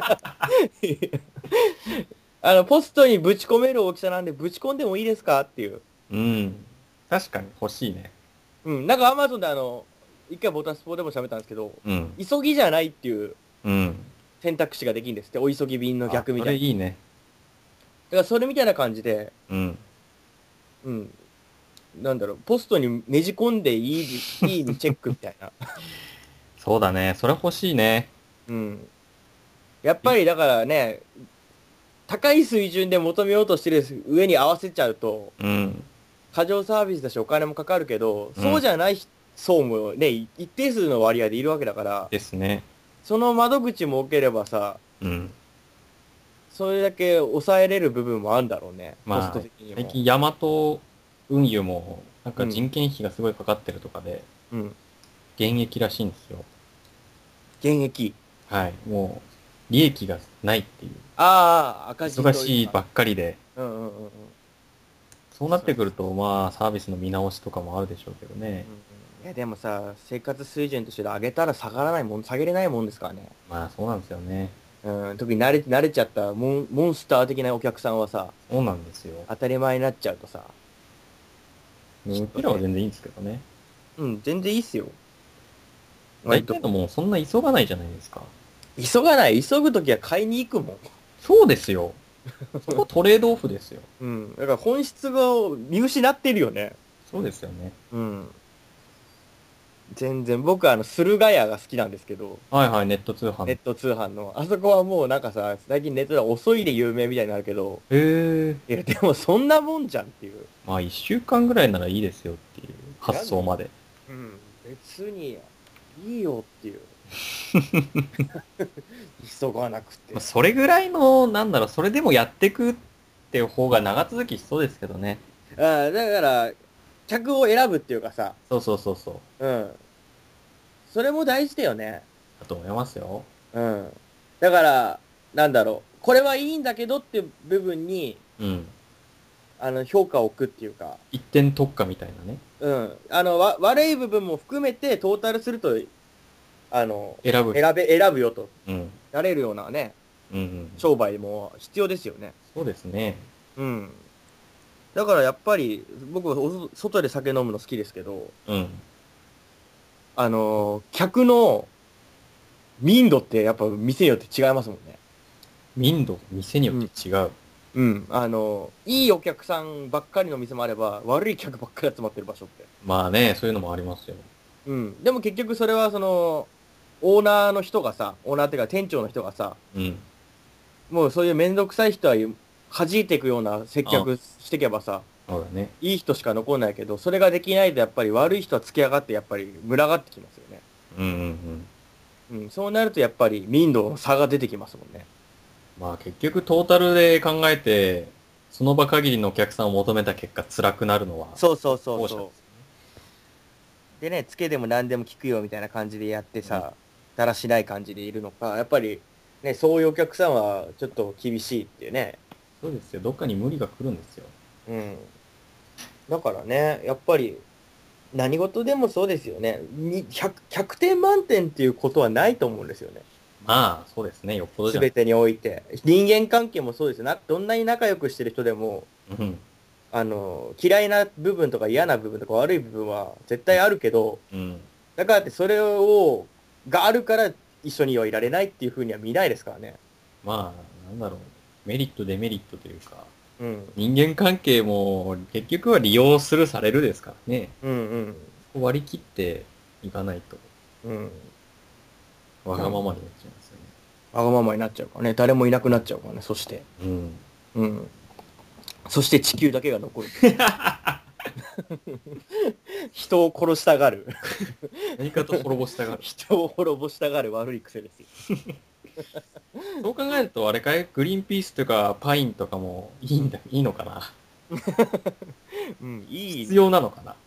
ポストにぶち込める大きさなんで、ぶち込んでもいいですかっていう。 うん。確かに欲しいね。 うん。なんかアマゾンで一回ボタスポでも喋ったんですけど、 うん。 急ぎじゃないっていううん。 選択肢ができるんですって。お急ぎ便の逆みそたいな。 れいいね。 だからそれみたいな感じで、 うん。 うん。なんだろう、ポストにねじ込んでいいにチェックみたいな。 そうだね。それ欲しいね。 うん。やっぱりだからね、高い水準で求めようとしてる上に合わせちゃうと、 うん。 過剰サービスだしお金もかかるけど、 うんそうじゃない層もね、一定数の割合でいるわけだから、 ですね。 その窓口も多ければさ、 うん。 それだけ抑えれる部分もあるんだろうね。コスまあ、 ト的にも。 最近ヤマト運輸も、なんかうん人件費がすごいかかってるとかで、 うん。 減益らしいんですよ。 現役。 はい。もう、利益がないっていう。 ああ、赤字というか。 忙しいばっかりで、 うんうんうんうん。うんそうなってくると、まあ、サービスの見直しとかもあるでしょうけどね。 うん。いやでもさ、生活水準として上げたら下がらないもん、下げれないもんですからね。 まあ、そうなんですよね。 うん、特に慣れちゃったモンスター的なお客さんはさ、 そうなんですよ。 当たり前になっちゃうとさ、 うちらは全然いいんですけどね。 うん、全然いいっすよ。 大割と体のもうそんな急がないじゃないですか。 急がない、急ぐときは買いに行くもん。 そうですよ。そこトレードオフですよ。 うん。だから本質が見失ってるよね。 そうですよね。 うん。全然、僕は駿河屋が好きなんですけど、 はいはい、ネット通販。 ネット通販の。あそこはもうなんかさ、最近ネットで遅いで有名みたいになるけど、 へえ。 いや、でもそんなもんじゃんっていう。 まあ、一週間ぐらいならいいですよっていう発想まで。 うん。別に、いいよっていう。急がなくて。 まあそれぐらいの、なんだろう、それでもやってくっていう方が長続きしそうですけどね。 だから、客を選ぶっていうかさ、 そうそうそうそう。 うん。それも大事だよね。 だと思いますよ。 うん。だから、なんだろう。これはいいんだけどっていう部分に、 うん。 評価を置くっていうか、 一点特化みたいなね。 うん。悪い部分も含めてトータルすると、 選ぶ。 選ぶよと、 うん。 なれるようなね、 うんうん。 商売も必要ですよね。 そうですね。 うん。だからやっぱり、僕は外で酒飲むの好きですけど、 うん。 客の民度ってやっぱ店によって違いますもんね。 民度、店によって違う。 うん。いいお客さんばっかりの店もあれば、悪い客ばっかり集まってる場所って。 まあね、そういうのもありますよ。 うん。でも結局それはオーナーの人がさ、オーナーっていうか店長の人がさ、 うん。 もうそういうめんどくさい人は弾いていくような接客していけばさ、 そうだね。 いい人しか残んないけど、それができないとやっぱり悪い人はつけ上がってやっぱり群がってきますよね。 うんうんうん。 うん。そうなるとやっぱり民度の差が出てきますもんね。 まあ結局トータルで考えて、その場限りのお客さんを求めた結果辛くなるのは、 そうそうそうそう後者です。 でね、つけでも何でも聞くよみたいな感じでやってさ、だらしない感じでいるのか、やっぱりね、そういうお客さんはちょっと厳しいっていうね。 そうですよ。どっかに無理が来るんですよ。 うん。だからね、やっぱり何事でもそうですよね。100点満点っていうことはないと思うんですよね。 まあ、そうですね。よっぽどじゃない。 すべてにおいて。人間関係もそうですよ。どんなに仲良くしてる人でも、 うん。 嫌いな部分とか嫌な部分とか悪い部分は絶対あるけど、 うん。 だからってそれがあるから一緒にはいられないっていう風には見ないですからね。 まあ、なんだろう。メリット、デメリットというか、 うん。 人間関係も結局は利用するされるですからね。 うん割り切っていかないと、 うん。うん。 わがままになっちゃいますよね。 わがままになっちゃうからね。誰もいなくなっちゃうからね。そして。 うん。 うん。そして地球だけが残る。人を殺したがる。 何かと滅ぼしたがる。 人を滅ぼしたがる悪い癖ですよ。 そう考えると、あれかいグリーンピースとかパインとかもいいのかな。 うん、いい。 必要なのかな。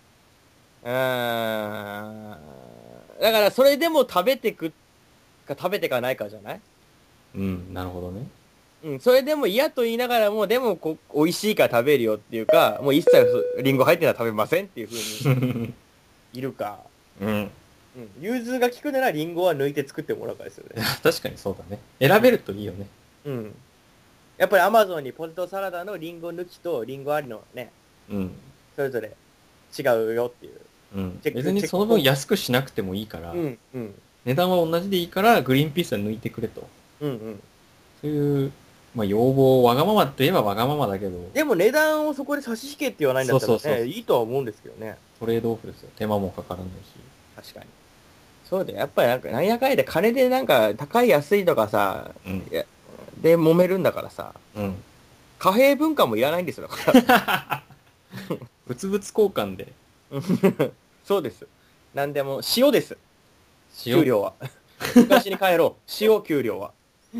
だからそれでも食べてくか食べてかないかじゃない？ うん、なるほどね。 うん、それでも嫌と言いながらも、でも美味しいから食べるよっていうか、もう一切リンゴ入ってたら食べませんっていう風にいるか。 うん。 うん。融通が利くならリンゴは抜いて作ってもらうかですよね。 確かにそうだね。選べるといいよね。 うん。やっぱりアマゾンにポテトサラダのリンゴ抜きとリンゴありのね、 うん。 それぞれ違うよっていう。 うん。 チェック別にその分安くしなくてもいいから、 うん、うん。 値段は同じでいいからグリーンピースは抜いてくれと。 うん、うん。 そういう、まあ要望、わがままって言えばわがままだけど、 でも値段をそこで差し引けって言わないんだったらね、 そうそうそういいとは思うんですけどね。 トレードオフですよ。手間もかからないし。 確かに。そうだよ。やっぱりなんか、なんやかんやで金でなんか高い安いとかさ、 うん。 いやで揉めるんだからさ、 うん。 貨幣文化もいらないんですよ。だから物々交換で、 そうです。なんでも、塩です。 塩給料は。昔に帰ろう。塩、給料は。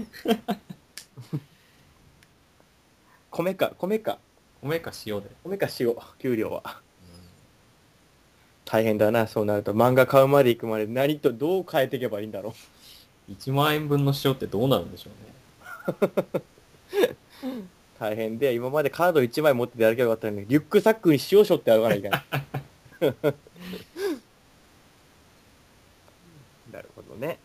米か、 米か塩で。 米か塩、給料は。大変だな、そうなると。漫画買うまで行くまで何とどう変えていけばいいんだろ 1万円分の塩ってどうなるんでしょうね。 う。大変で、今までカード1枚持っててやるけばよかったのに、リュックサックに塩しょって歩かないといけない。なるほどね。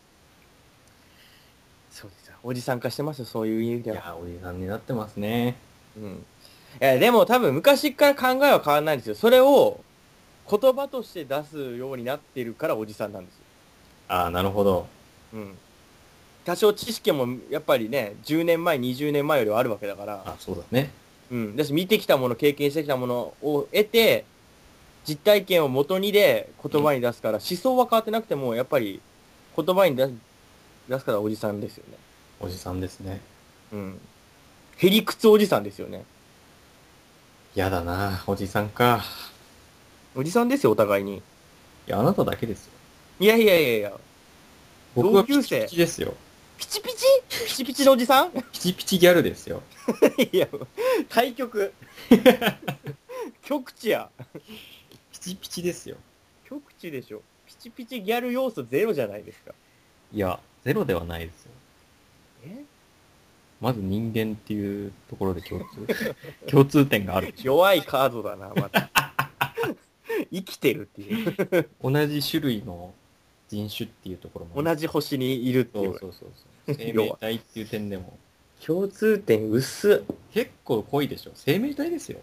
そうですよ。おじさん化してますよ、そういう意味では。 いや、おじさんになってますね。 うん。いや、でも多分昔から考えは変わらないんですよ。それを言葉として出すようになってるからおじさんなんですよ。 ああ、なるほど。 うん。多少知識もやっぱりね、10年前、20年前よりはあるわけだから。 あ、そうだね。 うん。だし見てきたもの、経験してきたものを得て、実体験を元にで言葉に出すから、思想は変わってなくても、やっぱり言葉に出すからおじさんですよね。 おじさんですね。 うん。へりくつおじさんですよね。 やだな、おじさんか。 おじさんですよ、お互いに。 いや、あなただけですよ。 いやいやいやいや。 僕はピチ同級生ピチですよ。 ピチピチピチピチのおじさんピチピチギャルですよ。 いや、対極。極地や。 ピチピチですよ。 極地でしょ。ピチピチギャル要素ゼロじゃないですか。 いや、ゼロではないですよ。 えまず人間っていうところで共通点があるでしょ。 弱いカードだな、また。生きてるっていう。 同じ種類の人種っていうところも。 同じ星にいるっていう。 そう。生命体っていう点でも。 共通点薄っ。 結構濃いでしょ。生命体ですよ。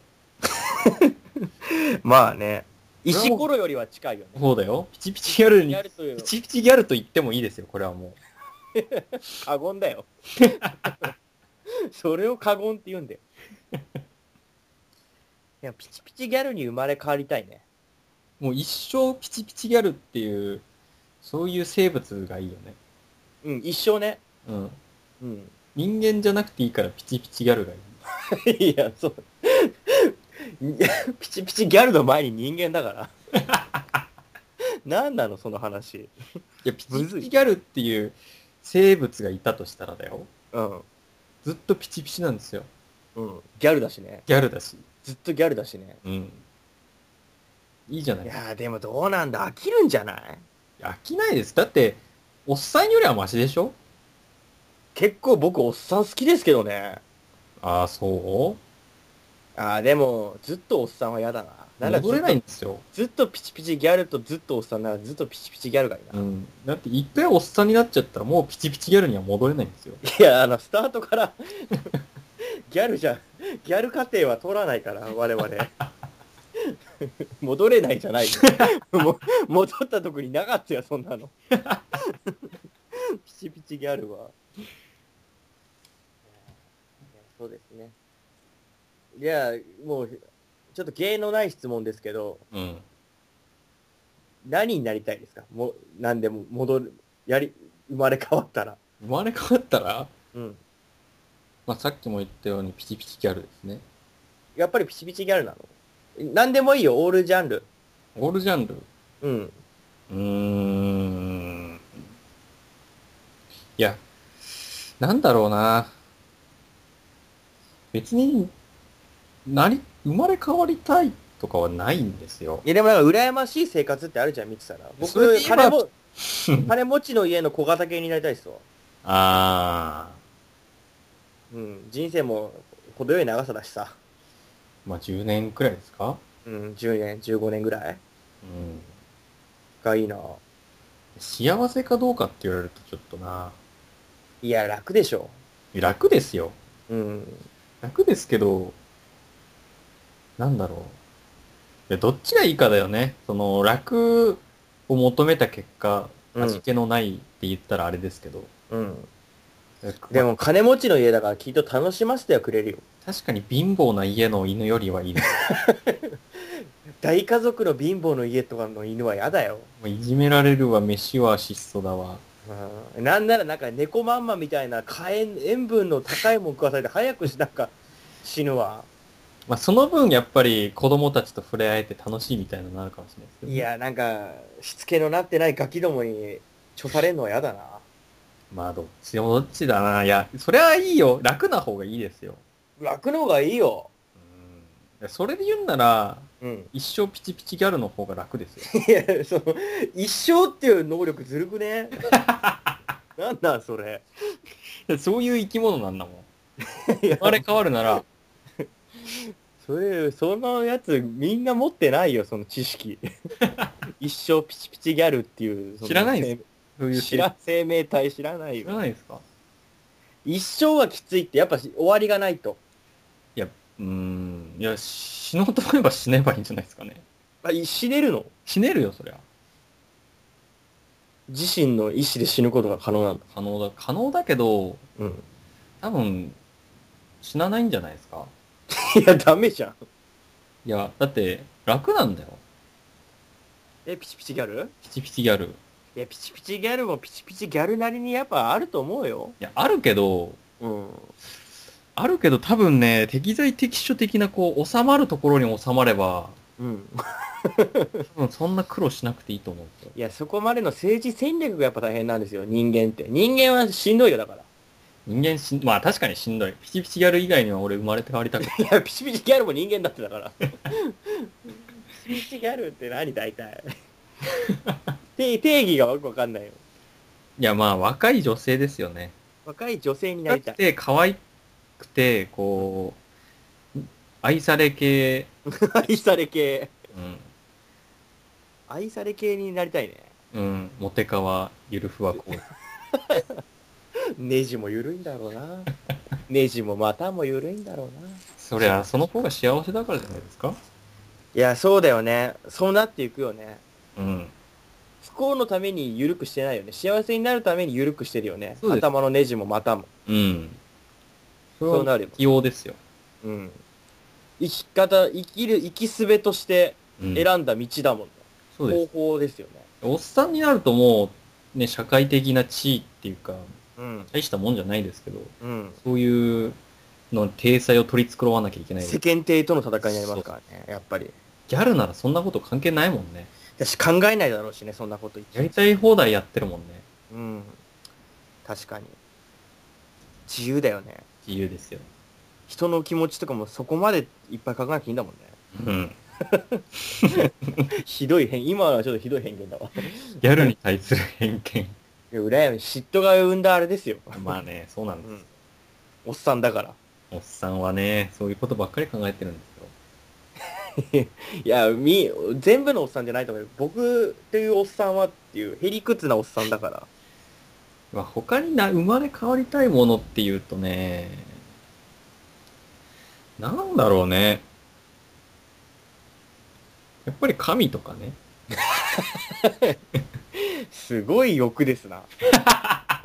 まあね。石ころよりは近いよね。 そうだよ。ピチピチギャルに、 ギャルというピチピチギャルと言ってもいいですよ。これはも過言だよ。それを過言って言うんだよ。いや、ピチピチギャルに生まれ変わりたいね。 う。もう一生ピチピチギャルっていう、そういう生物がいいよね。 うん、一生ね。 うん。 うん。 人間じゃなくていいからピチピチギャルがいい。 いや、そう。ピチピチギャルの前に人間だから。何なの、その話。 いや、ピチピチギャルっていう生物がいたとしたらだよ。 うん。 ずっとピチピチなんですよ。 うん。ギャルだしね。 ギャルだし。 ずっとギャルだしね。 うん。いいじゃないいですか。 やー、でもどうなんだ。飽きるんじゃない？ 飽きないです。だって、おっさんよりはマシでしょ？ 結構僕、おっさん好きですけどね。 ああ、そあー、でも、ずっとおっさんは嫌だな。 う戻れないんですよ。 ずっとピチピチギャルとずっとおっさんならずっとピチピチギャルがいいな。 うん。だって一回おっさんになっちゃったらもうピチピチギャルには戻れないんですよ。 いや、スタートからギャルじゃん。ギャル過程は通らないから、我々。戻れないじゃないよ。戻ったとこになかったよ、そんなの。 ピチピチギャルは。そうですね。じゃあ、もう、ちょっと芸のない質問ですけど、 うん。 何になりたいですか？もう、何でも生まれ変わったら。 生まれ変わったら、 うん。 まあ、さっきも言ったようにピチピチギャルですね。 やっぱりピチピチギャルなの？何でもいいよ、オールジャンル。 オールジャンル。 うん。 いや、なんだろうな。別に、生まれ変わりたいとかはないんですよ。 いや、でもなんか羨ましい生活ってあるじゃん、見てたら。 それ僕、 で言えば金持ちの家の小型犬になりたいっすわ。 あうん。人生も程よい長さだしさ。 ー、まあ10年くらいですか？ うん、10年、15年ぐらいうん。 がいいな。 幸せかどうかって言われるとちょっとな。 いや、楽でしょ。 楽ですよ。 うん。 楽ですけど、なんだろう。いや、どっちがいいかだよね。その、楽を求めた結果、 うん味気のないって言ったらあれですけど。 うん。でも、金持ちの家だからきっと楽しませてはくれるよ。 確かに貧乏な家の犬よりはいいです。 大家族の貧乏の家とかの犬は嫌だよ。 もういじめられるわ、飯は質素だわ。 うん。なんならなんか猫まんまみたいな塩分の高いもん食わされて早くなんか死ぬわ。 まあ、その分やっぱり子供たちと触れ合えて楽しいみたいなのあるかもしれないですけどね、 いや、なんか、しつけのなってないガキどもに、ちょされんのは嫌だな。 まあ、どっちだな。いや、それはいいよ。楽な方がいいですよ。 楽の方がいいよ。 いやそれで言うんなら、 うん。 一生ピチピチギャルの方が楽ですよ。 いや、一生っていう能力ずるくね？なんだそれ。 そういう生き物なんだもん。 いや生まれ変わるなら、 そのやつみんな持ってないよ、その知識。一生ピチピチギャルっていう。 知らないんですそういう生命体知らない知らよ。 ないですか？ 一生はきついって、やっぱ終わりがないと。 いや、いや、死のうと思えば死ねばいいんじゃないですかね。 死ねるの？ 死ねるよ、そりゃ。 自身の意思で死ぬことが可能なんだ。 可能だけど、 うん。 多分、死なないんじゃないですか。 いや、ダメじゃん。 いや、だって、楽なんだよ。 ピチピチギャル？ ピチピチギャル。 いや、ピチピチギャルもピチピチギャルなりにやっぱあると思うよ。 いや、あるけど多分ね、適材適所的なこう、収まるところに収まれば、 うん。 多分そんな苦労しなくていいと思うんですよ。 いや、そこまでの政治戦略がやっぱ大変なんですよ、人間って。人間はしんどいよ、だから。 まあ確かにしんどい。ピチピチギャル以外には俺生まれて変わりたくない。 いや、ピチピチギャルも人間だってだから。ピチピチギャルって何大体。定義がよくわかんないよ。 いや、まあ若い女性ですよね。 若い女性になりたい。 で、可愛くて、こう、愛され系。 愛され系。 うん。 愛され系になりたいね。 うん。モテカワ、ゆるふわこう。 ネジも緩いんだろうな。ネジも股も緩いんだろうな。 そりゃ、その方が幸せだからじゃないですか？ いや、そうだよね。そうなっていくよね。 うん。 不幸のために緩くしてないよね。幸せになるために緩くしてるよね。 そうです頭のネジも股も。 うん。 そうなるよ。 器用ですよ。 うん。生きすべとしてうん。 選んだ道だもんね。 そうです。 方法ですよね。 おっさんになるともう、ね、社会的な地位っていうか、 うん。 大したもんじゃないですけど、 うん。 そういうの体裁を取り繕わなきゃいけない。 世間体との戦いになりますからね、やっぱり。 ギャルならそんなこと関係ないもんね。 私考えないだろうしね、そんなこと言って。 やりたい放題やってるもんね。 うん。確かに。自由だよね。 自由ですよ。 人の気持ちとかもそこまでいっぱい考えなくていいんだもんね。 うん。 今はちょっとひどい偏見だわ。 ギャルに対する偏見。 いや、羨ましい。嫉妬が生んだあれですよ。 まあね、そうなんです。 うん。おっさんだから。 おっさんはね、そういうことばっかり考えてるんですよ。 いや、全部のおっさんじゃないと思うよ。僕っていうおっさんはっていう、へりくつなおっさんだから。 まあ、他に生まれ変わりたいものっていうとね、なんだろうね。やっぱり神とかね。 すごい欲ですな。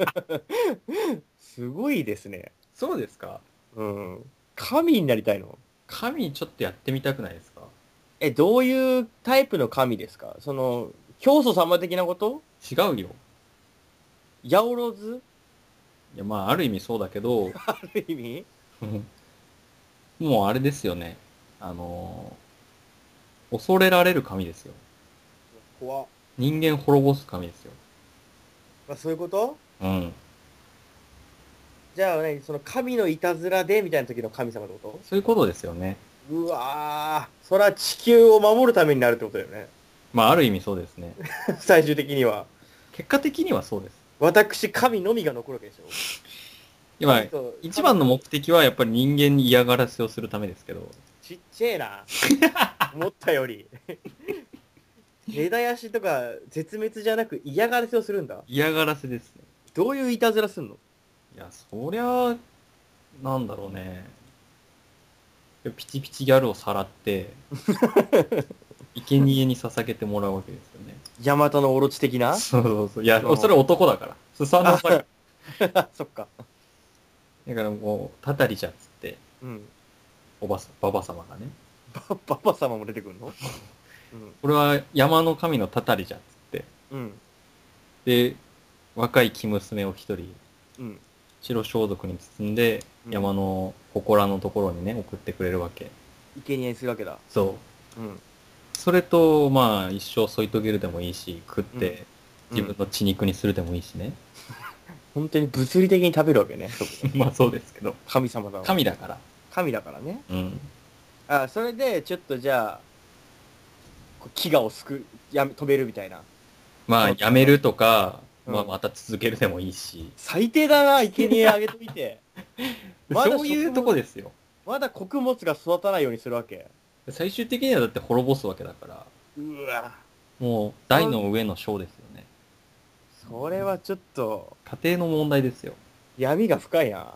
すごいですね。 そうですか？ うん。神になりたいの？ 神ちょっとやってみたくないですか？ どういうタイプの神ですか？教祖様的なこと？ 違うよ。 ヤオロズ？ いや、まあ、ある意味そうだけど、 ある意味？ もうあれですよね。あの恐れられる神ですよ。 怖っ。 人間滅ぼす神ですよ。 そういうこと？ うん。 じゃあね、その神のいたずらでみたいな時の神様ってこそういうことですよね。 と？うわー、そら地球を守るためになるってことだよね。 まあ、ある意味そうですね。 最終的には。 結果的にはそうです。 私、神のみが残るわけでしょ。 今神と、 一番の目的はやっぱり人間に嫌がらせをするためですけど、 ちっちゃいな。思ったより。根絶やしとか絶滅じゃなく嫌がらせをするんだ。 嫌がらせですね。 どういういたずらすんの？ いや、そりゃ、なんだろうね。ピチピチギャルをさらって、生贄に捧げてもらうわけですよね。 ヤマタのオロチ的な？ そうそうそう。いや、 うんそれ男だから。スサノオだかそっか。 らもう、たたりじゃっつって、 うん。 ババ様がね。 ババ様も出てくるの？ これは山の神のたたりじゃっつって。 うん。うん。 で、若い生娘を一人、 うん。 白装束に包んで、 うん山の祠のところにね、送ってくれるわけ。 生贄にするわけだ。 そう。 うん。 それと、まあ、一生添い遂げるでもいいし、食って、 うん自分の血肉にするでもいいしね。 本当に物理的に食べるわけね。そこでまあそうですけど。 神様だわ。 神だから。 神だからね。 うん。 それで、ちょっとじゃあ、飢餓を止めるみたいな。 まあ、やめるとか、 うんまあ、また続けるでもいいし。 最低だな、生贄あげといて。まだそういうとこですよ。 まだ穀物が育たないようにするわけ。 最終的にはだって滅ぼすわけだから。 うわ。 もう、台の上の章ですよね。 それはちょっと、 家庭の問題ですよ。 闇が深いな。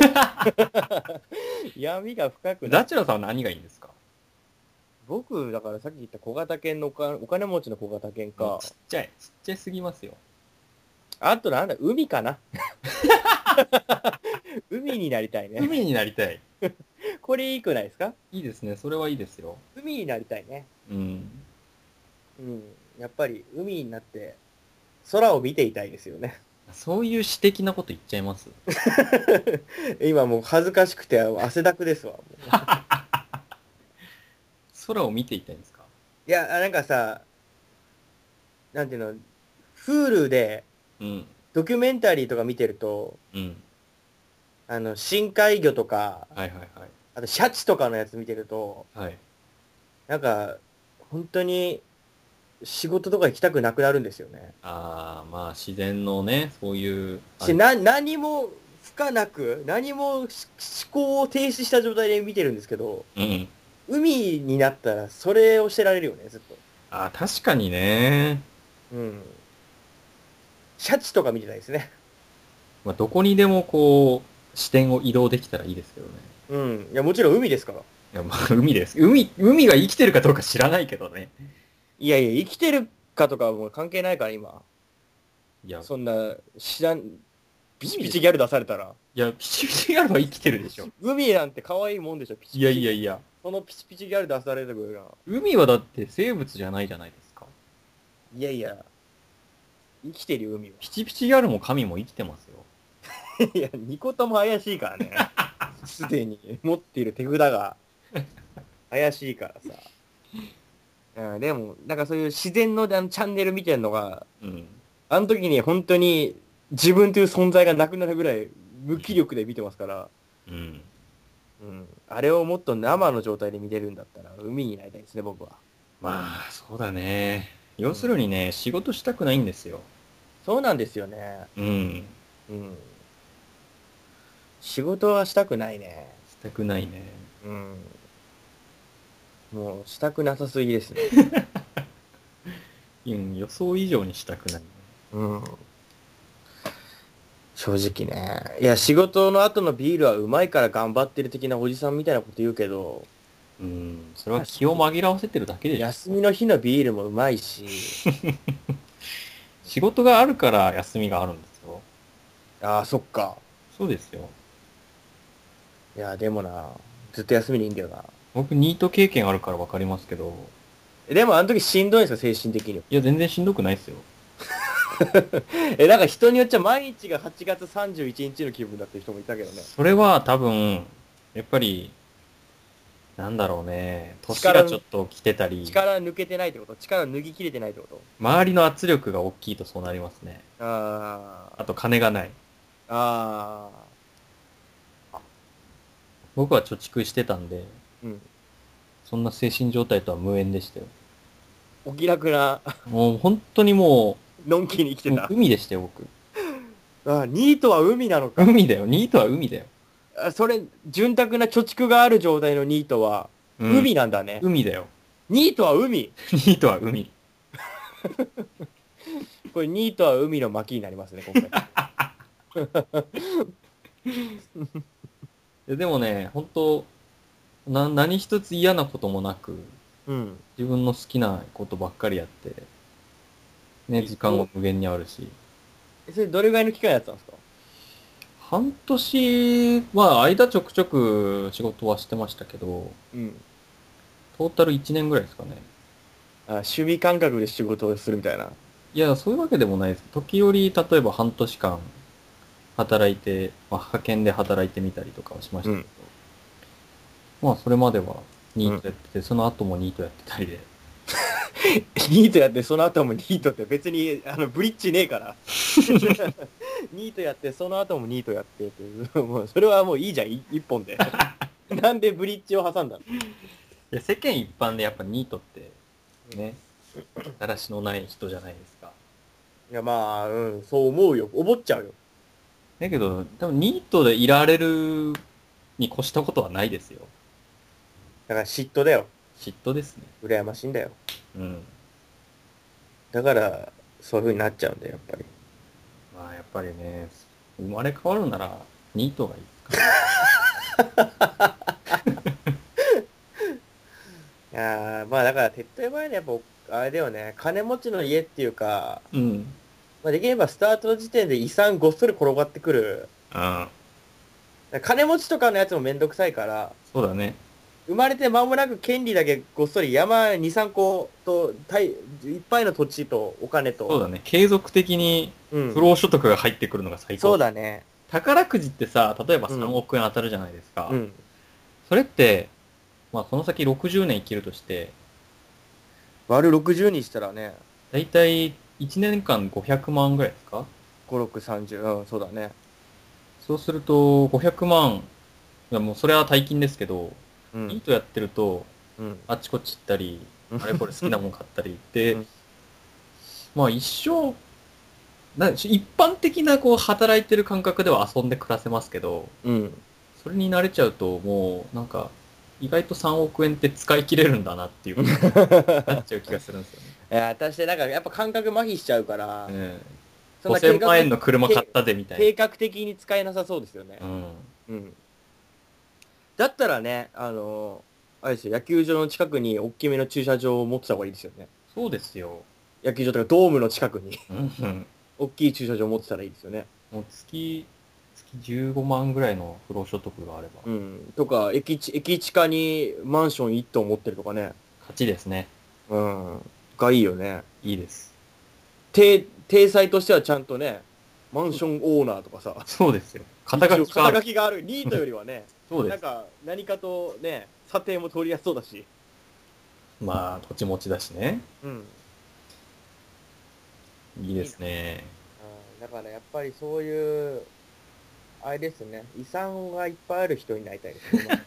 闇が深くなダい。 チュラさんは何がいいんですか？ 僕、だからさっき言った小型犬のお金持ちの小型犬か。 ちっちゃいすぎますよ。 あとなんだ、海かな。海になりたいね。 海になりたい。 これいいくないですか？ いいですね。それはいいですよ。 海になりたいね。 うん。 うん。やっぱり海になって空を見ていたいですよね。 そういう詩的なこと言っちゃいます？ 今もう恥ずかしくて汗だくですわ。もう空を見ていたいんですか？ いや、なんかさ、なんていうの、Hulu でうん。 ドキュメンタリーとか見てると、 うん。 深海魚とか、 はいはいはい。 あとシャチとかのやつ見てると、 はい。 なんか、本当に仕事とか行きたくなくなるんですよね。 ああ、まあ自然のね、そういう。 何も不可なく、何も思考を停止した状態で見てるんですけど、 うん。 海になったらそれをしてられるよね、ずっと。 ああ、確かにね。 うん。シャチとか見てたいですね。 まあどこにでもこう、視点を移動できたらいいですけどね。 うん。いや、もちろん海ですから。 いや、まあ海です。海が生きてるかどうか知らないけどね。 いやいや、生きてるかとかはもう関係ないから、今。 いや、 そんな、ピチピチギャル出されたら。 いや、ピチピチギャルは生きてるでしょ。 海なんて可愛いもんでしょ、ピチピチ。 いやいやいや。 そのピチピチギャル出されるぐら海はだって生物じゃないじゃないですか。 い。いやいや、生きてるよ、海は。 ピチピチギャルも神も生きてますよ。 いや、ニコとも怪しいからね。すでに持っている手札が怪しいからさ。うん、でも、なんかそういう自然のチャンネル見てるのが、 うん。 あの時に本当に自分という存在がなくなるぐらい無気力で見てますから、 うん。 うん。あれをもっと生の状態で見れるんだったら海になりたいですね、僕は。 まあ、そうだね。要するにね、仕事したくないんですよ。 そうなんですよね。 うん。 うん。仕事はしたくないね。 したくないね。 うん。もうしたくなさすぎですね。 うん、予想以上にしたくないね。 うん。正直ね。いや、仕事の後のビールはうまいから頑張ってる的なおじさんみたいなこと言うけど、 うん、それは気を紛らわせてるだけでしょ。 休みの日のビールもうまいし、 仕事があるから休みがあるんですよ。 ああ、そっか。 そうですよ。 いや、でもな、ずっと休みにいいんだよな。 僕、ニート経験あるから分かりますけど、 でもあの時しんどいんですよ、精神的に。 いや、全然しんどくないですよ。 なんか人によっちゃ毎日が8月31日の気分だっていう人もいたけどね。 それは多分、やっぱり、なんだろうね、年がちょっと来てたり、 力抜けてないってこと？力抜き切れてないってこと？ 周りの圧力が大きいとそうなりますね。 ああと、金がない。 あ。 僕は貯蓄してたんで、 うん。 そんな精神状態とは無縁でしたよ。 お気楽な、 もう本当にものんきに生きてう、 た。 海でしたよ、僕。 ああ、ニートは海なのか。 海だよ、ニートは海だよ。 あ、それ、潤沢な貯蓄がある状態のニートは、 うん海なんだね。 海だよ。 ニートは海。 ニートは海。 これ、ニートは海の巻になりますね、今回。 でもね、本当何一つ嫌なこともなく、 うん。 自分の好きなことばっかりやって、ね、時間も無限にあるし。 それ、どれぐらいの期間やってたんですか？ 半年は間ちょくちょく仕事はしてましたけど、 うん。 トータル1年ぐらいですかね。 あ、趣味感覚で仕事をするみたいな。 いや、そういうわけでもないです。時折、例えば半年間働いて、まあ、派遣で働いてみたりとかはしましたけど、まあ、それまではニートやってて、その後もニートやってたりで。 ニートやって、その後もニートって別に、ブリッジねえから。ニートやって、その後もニートやってっていう、もう、それはもういいじゃん、一本で。なんでブリッジを挟んだの？ いや、世間一般でやっぱニートって、ね、だらしのない人じゃないですか。 いや、まあ、うん、そう思うよ。思っちゃうよ。 だけど、多分ニートでいられるに越したことはないですよ。 だから嫉妬だよ。 嫉妬ですね。 羨ましいんだよ。 うん。 だから、そういう風になっちゃうんだよ、やっぱり。 まあやっぱりね、生まれ変わるならニートがいいですかいやー、まあだから手っ取り早いのはやっぱ、あれだよね、金持ちの家っていうか、 うん。 まあできればスタートの時点で遺産ごっそり転がってくる。 ああ、 金持ちとかのやつもめんどくさいから、 そうだね。 生まれて間もなく権利だけごっそり山2、3個と、いっぱいの土地とお金と。 そうだね。継続的にうん。 不労所得が入ってくるのが最高。 そうだね。 宝くじってさ、例えばうん 3億円当たるじゃないですか。 うん。 それって、まあこの先60年生きるとして、 割る60にしたらね、 だいたい1年間500万ぐらいですか？ 5、6、30、うん、そうだね。 そうすると500万、いやもうそれは大金ですけど、 うん。 ニートやってると、 うん。 あっちこっち行ったり、 うんあれこれ好きなもん買ったりで、 うんまあ一生、一般的なこう働いてる感覚では遊んで暮らせますけど、 うん。 それに慣れちゃうともうなんか意外と3億円って使い切れるんだなっていうことになっちゃう気がするんですよね。 いや、私なんかやっぱ感覚麻痺しちゃうから、そんな 5000万円の車買ったでみたい計画的に使えなさそうですよねな。。うん。 うん。だったらね、あれですよ、野球場の近くに大きめの駐車場を持ってた方がいいですよね。 そうですよ。 野球場とかドームの近くにうん。 大きい駐車場を持ってたらいいですよね。 もう月15万ぐらいの不労所得があれば、 うん。とか、駅地下にマンション1棟持ってるとかね。 勝ちですね。 うん。がいいよね。 いいです。 体裁としてはちゃんとね、マンションオーナーとかさ、 そうですよ。肩書きがあ肩書る。 きがある。ニートよりはね、 そうです。 なんか何かとね、査定も取りやすそうだし。 まあ、土地持ちだしね。 うん。 いいですね。 だからやっぱりそういう、あれですね、遺産がいっぱいある人になりたいですね。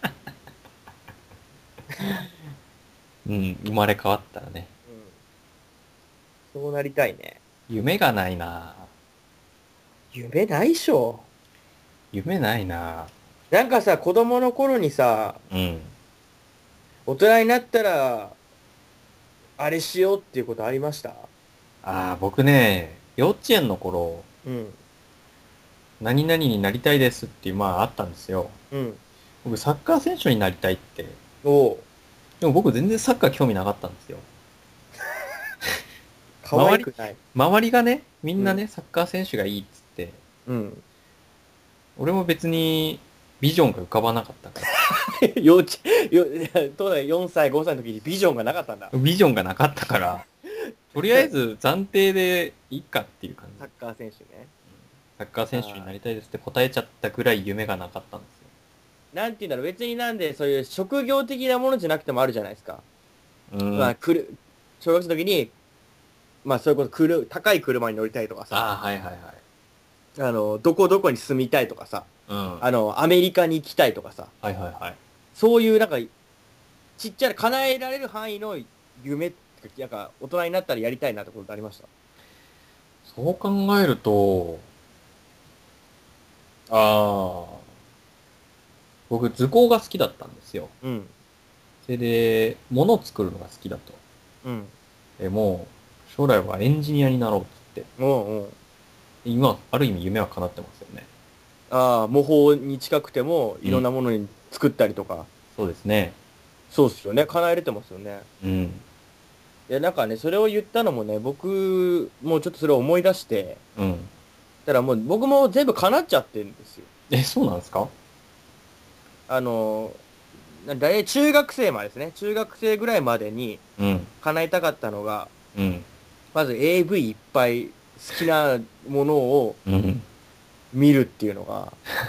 うん、生まれ変わったらね。 うん。そうなりたいね。 夢がないな夢ないっしょ。 夢ないななんかさ、子供の頃にさ、 うん。 大人になったら、あれしようっていうことありました？ ああ、僕ね、幼稚園の頃、 うん。 何々になりたいですっていう、まああったんですよ。 うん。 僕サッカー選手になりたいって。 おう。 でも僕全然サッカー興味なかったんですよ。 可愛くない。 周りがね、みんなね、サッカー選手がいいっつって、 うん。 俺も別にビジョンが浮かばなかったか幼稚、当然4歳、5歳の時にビジョンがなかったんだ。 ら。ビジョンがなかったから、とりあえず暫定でいいかっていう感じサ。ッカー選手ね。 サッカー選手になりたいですって答えちゃったぐらい夢がなかったんですよ。 なんて言うんだろう、別になんでそういう職業的なものじゃなくてもあるじゃないですか。まあ、小学生の時に、まあそういうこと、高い車に乗りたいとかさ、 ああ、はいはいはい。 どこどこに住みたいとかさ、 うん。はいアメリカに行きたいとかさ、 はいはい。 そういうなんか、ちっちゃな叶えられる範囲の夢ってか、なんか大人になったらやりたいなってことってありました？ そう考えると、ああ、僕図工が好きだったんですよ。 うん。 それで、物を作るのが好きだと。 うん。 もう、将来はエンジニアになろうって言って、 おうおう。 今、ある意味夢は叶ってますよね。 ああ、模倣に近くても、いろんなものに作ったりとか。 そうですね。 そうっすよね。叶えれてますよね。 うん。 いや、なんかね、それを言ったのもね、僕、もうちょっとそれを思い出して、 うん。 だからもう僕も全部叶っちゃってるんですよ。 そうなんですか？ 大体中学生までですね。中学生ぐらいまでにうん。 叶えたかったのが、 うん。 まず AV いっぱい好きなものをうん。 見るっていうのが、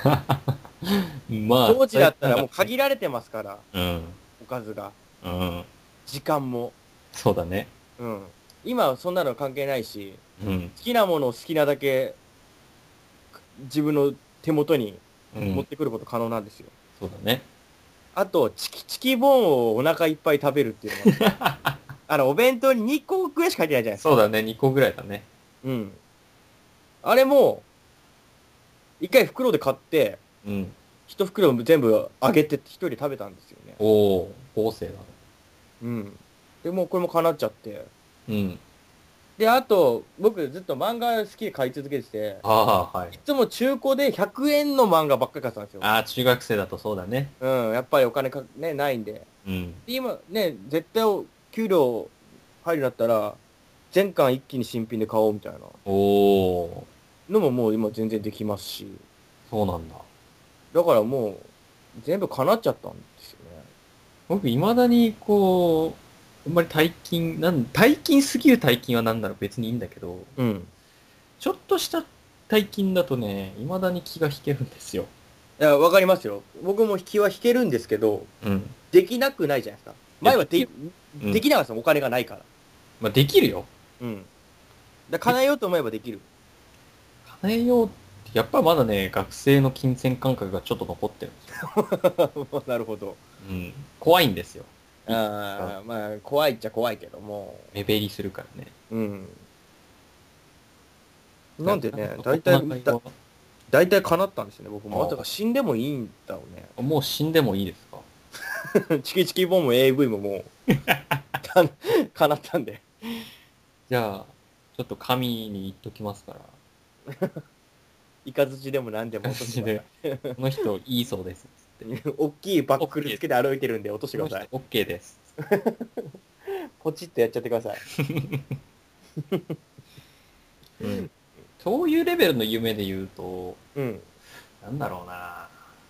まあ、 当時だったらもう限られてますから、 うん。 おかずが。 うん。 時間も。 そうだね。 うん。今はそんなの関係ないし、 うん。 好きなものを好きなだけ自分の手元にうん。 持ってくること可能なんですよ。 そうだね。 あと、チキチキボーンをお腹いっぱい食べるっていうのが、お弁当に2個ぐらいしか入ってないじゃないですか。 そうだね。2個ぐらいだね。 うん。あれも、一回袋で買って、 うん。 一袋全部あげて一人で食べたんですよね。 おー、合成だね。 うん。で、もうこれも叶っちゃって。 うん。 で、あと、僕ずっと漫画好きで買い続けてて、 ああ、はい。 いつも中古で100円の漫画ばっかり買ってたんですよ。 ああ、中学生だとそうだね。 うん、やっぱりお金ね、ないんで。 うん。 で今ね、絶対給料入るんだったら、全巻一気に新品で買おうみたいなおー、 のももう今全然できますし。 そうなんだ。 だからもう、全部叶っちゃったんですよね。 僕、未だに、こう、あんまり大金すぎる大金はなんだろう別にいいんだけど、 うん。 ちょっとした大金だとね、未だに気が引けるんですよ。 いや、わかりますよ。僕も気は引けるんですけど、 うん。 できなくないじゃないですか。前はうんできなかったですよ、お金がないから。 まあ、できるよ。 うん。叶えようと思えばできる。 叶えようって、やっぱまだね、学生の金銭感覚がちょっと残ってるんですよ。 なるほど。 うん。怖いんですよ。 ああ、まあ、怖いっちゃ怖いけども。 目減りするからね。 うん。なんでね、 大体大体叶ったんですよね、僕も。 ああだから死んでもいいんだろうね。 もう死んでもいいですか？ チキチキボンも AV ももう、叶ったんで。 じゃあ、ちょっと神に言っときますから。 イカズチでも何でも落としてください。 この人いいそうです。つって。 大きいバックルつけて歩いてるんで落としてください。 この人 OK です。 ポチッとやっちゃってください。 うん。そういうレベルの夢で言うと、 うん。 なんだろうな。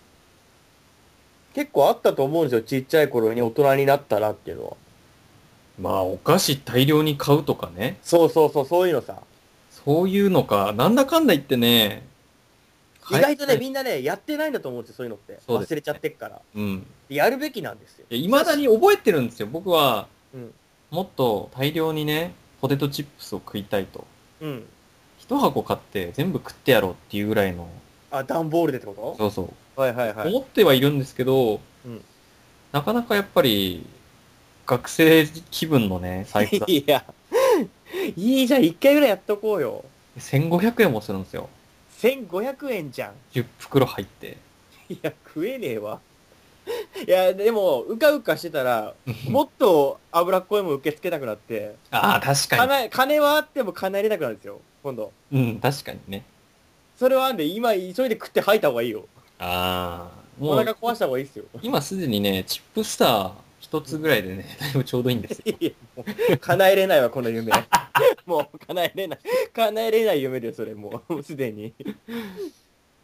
結構あったと思うんですよ、ちっちゃい頃に大人になったらっていうのは。 まあ、お菓子大量に買うとかね。 そうそうそう、そういうのさ。 そういうのか。なんだかんだ言ってね。 意外とね、 はいみんなね、やってないんだと思うんですよ、そういうのって。 そうですね忘れちゃってっから。 うん。 やるべきなんですよ。 いまだに覚えてるんですよ。僕は、 うん。 もっと大量にね、ポテトチップスを食いたいと。 うん。 一箱買って全部食ってやろうっていうぐらいの、 あ、段ボールでってこそうそう。 と？はいはいはい。 思ってはいるんですけど、 うんなかなかやっぱり、学生気分のね、財布がいや、いいじゃん、一回ぐらいやっとこうよ。 1500円もするんですよ。 1500円じゃん。 10袋入って。 いや、食えねえわ。いや、でも、うかうかしてたら、もっと脂っこいもん受け付けなくなって、 ああ、確かに。 金はあっても金入れなくなるんですよ、今度。 うん、確かにね。 それはあんで、今、急いで食って吐いた方がいいよ。 ああ、 おもう、 腹壊した方がいいっすよ。 今すでにね、チップスター一つぐらいでね、だいぶちょうどいいんですよ。 いやもう叶えれないわ、この夢。もう、叶えれない夢だよ、それ、もう、すでに。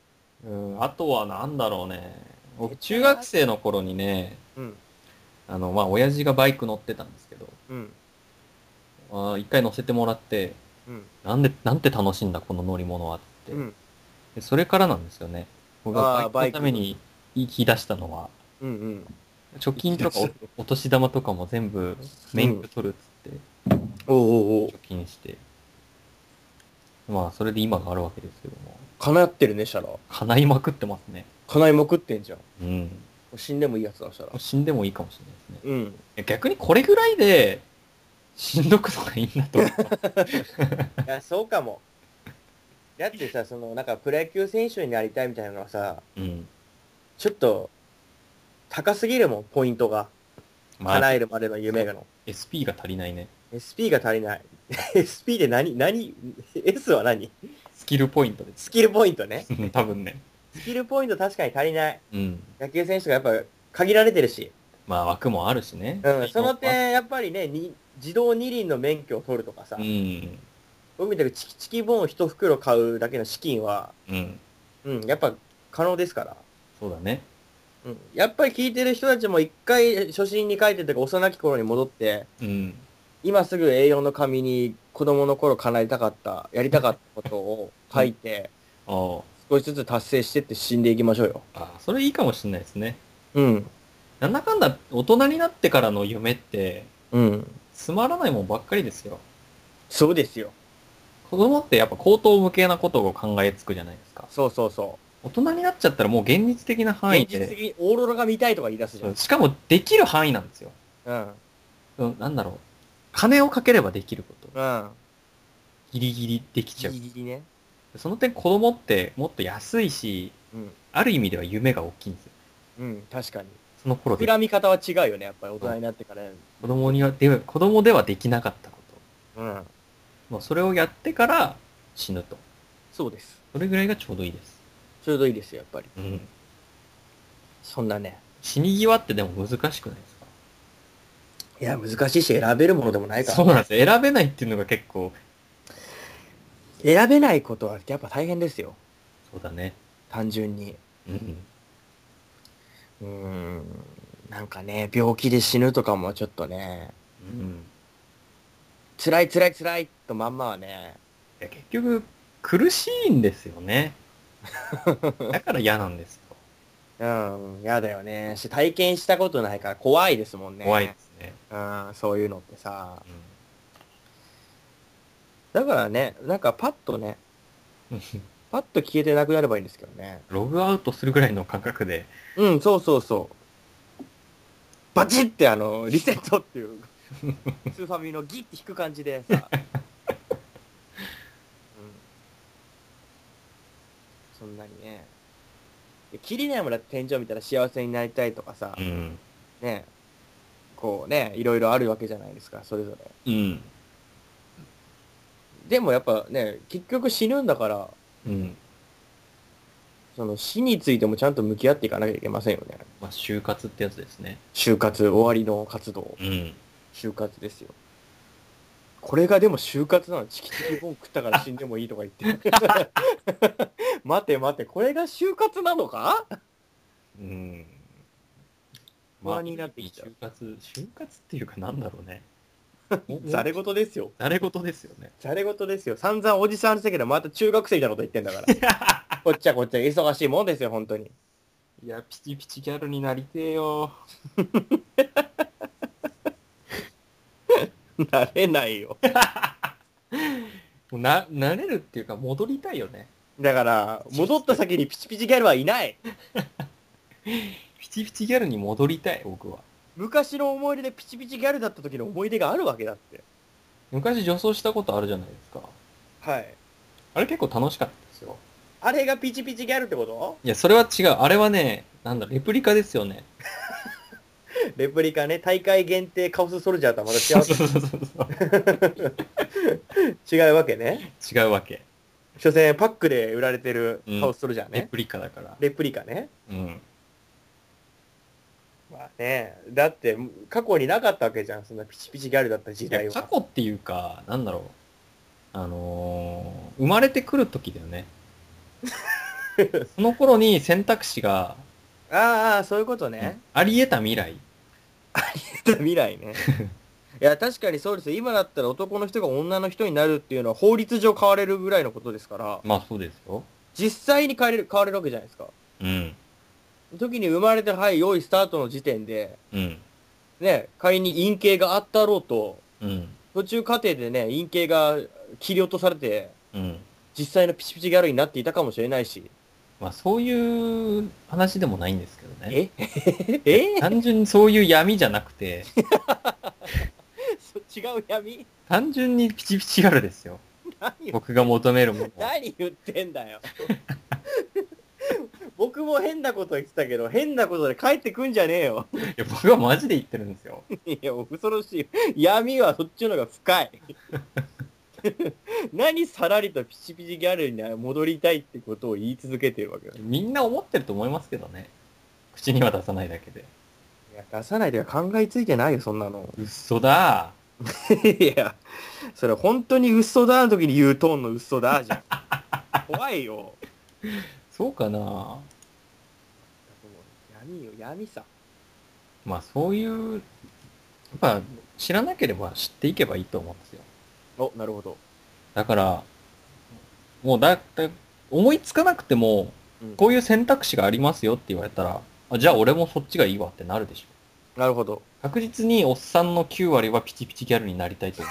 あとはなんだろうね。僕、中学生の頃にね、 うん。 まあ、親父がバイク乗ってたんですけど、 うん。 一回乗せてもらって、 うん。 なんて楽しいんだ、この乗り物はって。 うん。 でそれからなんですよね。僕がバイクバイク。 のために行き出したのは、 うんうん。 貯金とかお年玉とかも全部免許取るっつっておうおうおう。 貯金して、まあそれで今があるわけですけども、 叶ってるね、シャラ。 叶いまくってますね。 叶いまくってんじゃん。 うん。 死んでもいいやつだ、シャラ。 死んでもいいかもしれないですね。 うん。 いや逆にこれぐらいで死んどくのがいいなと思う。 いや、そうかも。だってさ、なんかプロ野球選手になりたいみたいなのはさ、 うん。 ちょっと、高すぎるもん、ポイントが。 まあ、 叶えるまでの夢がの。 SP が足りないね。 SP が足りない。SP でS は何？ スキルポイントです。 スキルポイントね。 多分ね。 スキルポイント確かに足りない。 うん。 野球選手がやっぱ限られてるし。 まあ枠もあるしね。 うん、その点、やっぱりね、自動二輪の免許を取るとかさ、 うん。 僕みたいにチキチキボーン一袋買うだけの資金は、 うん。 うん、やっぱ可能ですから。 そうだね。 うん、やっぱり聞いてる人たちも一回初心に書いてとか幼き頃に戻って、 うん。 今すぐ A4 の紙に子供の頃叶えたかった、やりたかったことを書いて、 あ少しずつ達成してって死んでいきましょうよ。 あ、それいいかもしれないですね。 うん。 なんだかんだ大人になってからの夢って、 うん。 つまらないもんばっかりですよ。 そうですよ。 子供ってやっぱ口頭無形なことを考えつくじゃないですか。 そうそうそ大人になっちゃったらもう現実的なう。 範囲現実的で、 にオーロラが見たいとか言い出すじゃん。 しかもできる範囲なんですよ。 うん。 なんだろう。金をかければできること。 うん。 ギリギリできちゃうギ。リギリね。 その点子供ってもっと安いし、 うん。 ある意味では夢が大きいんですよ。 うん、確かに。 その頃で膨らみ方は違うよね、やっぱり大人になってから。 子供ではできなかったこうん。 と。もうそれをやってから死ぬと。 そうです。 それぐらいがちょうどいいです。 ちょうどいいですよ、やっぱり。 うん。 そんなね。 死に際ってでも難しくないですか？ いや、難しいし、選べるものでもないから、 そうなんですよ。選べないっていうのが結構、 選べないことはやっぱ大変ですよ。 そうだね。 単純に。 うん。 うーん。なんかね、病気で死ぬとかもちょっとね、 うん。 辛い辛い辛いとまんまはね、 いや結局、苦しいんですよね。だから嫌なんですよ。 うん、やだよね。体験したことないから怖いですもんね。 怖いですね。 うん、そういうのってさ。 うんだからね、なんかパッとね、パッと消えてなくなればいいんですけどね。 ログアウトするぐらいの感覚で、 うん、そうそうそう。バチってリセットっていう、スーファミのギッて引く感じでさ。うん。そんなにね。切りないもんだって天井見たら幸せになりたいとかさ、 うん。 ね、こうね、いろいろあるわけじゃないですか、それぞれ。 うん。 でもやっぱね、結局死ぬんだから、 うん。 その死についてもちゃんと向き合っていかなきゃいけませんよね。 まあ、就活ってやつですね。 就活、終わりの活動。 うん。 就活ですよ。これがでも就活なの。チキチキボン食ったから死んでもいいとか言って。待て待て、これが就活なのか？ うん。 不安になってきちゃう。 就活っていうかなんだろうね。 ざれ言ですよ。 ざれ事ですよね。 ざれ言ですよ。散々おじさんしたけど、また中学生みたいなこと言ってんだから。こっちはこっちは忙しいもんですよ、本当に。 いや、ピチピチギャルになりてえよ。 なれないよ。 もうなれるっていうか戻りたいよね。 だから、戻った先にピチピチギャルはいない。 ピチピチギャルに戻りたい、僕は。 昔の思い出でピチピチギャルだった時の思い出があるわけだって。 昔女装したことあるじゃないですか。 はい。 あれ結構楽しかったですよ。 あれがピチピチギャルってこと？ いや、それは違う。あれはね、レプリカですよね。 レプリカね、大会限定カオスソルジャーとはまた違う。違うわけね。 違うわけ。 所詮パックで売られてるカオスソルジャーね。 レプリカだから。 レプリカね。 うん。 まあね、だって過去になかったわけじゃん、そんなピチピチギャルだった時代は。 過去っていうか、生まれてくる時だよね。 その頃に選択肢が、 ああ、そういうことね。 あり得た未来。 未来ね。いや、確かにそうですよ。今だったら男の人が女の人になるっていうのは法律上変われるぐらいのことですから、 まあそうですよ。 実際に変われるわけじゃないですか。 うん。 時に生まれて、はい、用意スタートの時点で、 うん。 ね、仮に陰茎があったろうと、 うん。 途中過程でね、陰茎が切り落とされて、 うん。 実際のピチピチギャルになっていたかもしれないし。 まあそういう話でもないんですけどね。 え単純にそういう闇じゃなくて、 違う闇単純にピチピチギャルですよ。 何僕が求めるものは。 何言ってんだよ。僕も変なこと言ってたけど、変なことで帰ってくんじゃねえよ。 いや、僕はマジで言ってるんですよ。 いや、恐ろしい。闇はそっちの方が深い。何さらりとピチピチギャルに戻りたいってことを言い続けてるわけだ。いみんな思ってると思いますけどね。口には出さないだけで。 や、出さないでは考えついてないよ、そんなの。 嘘だいや、それ本当に嘘だの時に言うトーンの嘘だじゃん。怖いよ。 そうかな。 闇よ、闇さ。 まあそういう、やっぱ知らなければ知っていけばいいと思うんですよ。 お、なるほど。 だから、もう思いつかなくても、 うんこういう選択肢がありますよって言われたら、あ、じゃあ俺もそっちがいいわってなるでしょ。 なるほど。 確実におっさんの9割はピチピチギャルになりたいと思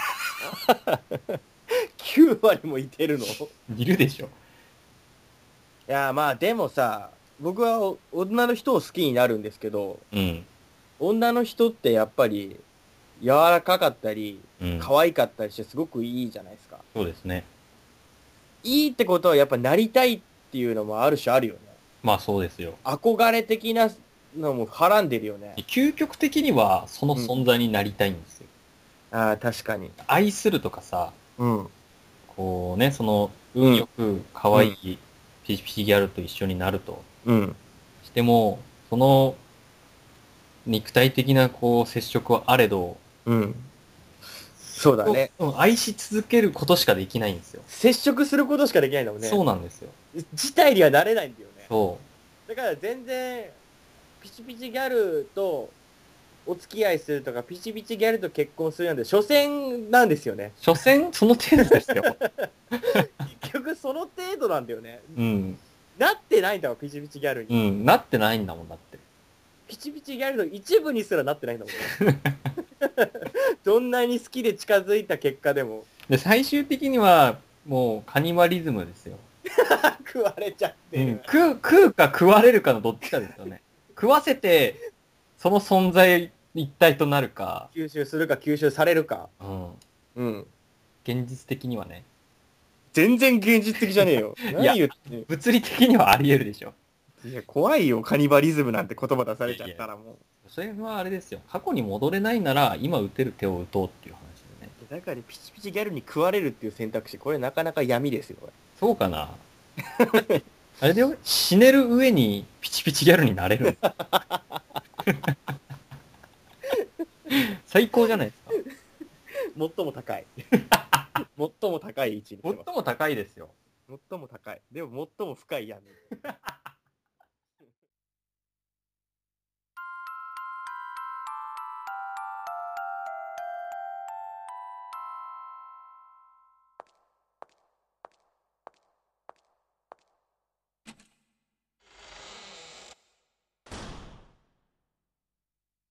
9割もいてるの。いう。いるでしょ。 や、まあでもさ、僕は女の人を好きになるんですけど、 うん。 女の人ってやっぱり柔らかかったり、 うん。 可愛かったりしてすごくいいじゃないですか。 そうですね。 いいってことはやっぱなりたいっていうのもある種あるよね。 まあそうですよ。 憧れ的なのもはらんでるよね。 究極的にはその存在になりたいんですよ。 ああ、確かに。 愛するとかさ、 うん。 こうね、その、運よく可愛いピチピチギャルと一緒になるとうん。 しても、その肉体的なこう接触はあれど、 うん。そうだね。 愛し続けることしかできないんですよ。 接触することしかできないんだもんね。 そうなんですよ。 自体にはなれないんだよね。 そだから全然、ピチピチギャルとお付き合いするとか、ピチピチギャルと結婚するなんて、所詮なんですよね。 う。所詮その程度ですよ。 結局その程度なんだよね。 うん。 なってないんだわ、ピチピチギャルに。 うん。なってないんだもんだって。 ピチピチギャルの一部にすらなってないんだもんね。どんなに好きで近づいた結果でも、 で、最終的には、もうカニバリズムですよ。 食われちゃってうん。 る。 食うか食われるかのどっちかですよね。食わせて、その存在一体となるか、 吸収するか吸収されるか。 うん。 うん。 現実的にはね。 全然現実的じゃねえよ。 や何言ってんの。 物理的にはあり得るでしょ。 いや、怖いよ。カニバリズムなんて言葉出されちゃったらもう。 それはあれですよ。過去に戻れないなら、今打てる手を打とうっていう話でね。 だからピチピチギャルに食われるっていう選択肢、これなかなか闇ですよ、これ。 そうかな。あれでよ、死ねる上にピチピチギャルになれる。最高じゃないですか。 最も高い。最も高い位置に来てます。 最も高いですよ。 最も高い。でも最も深い闇。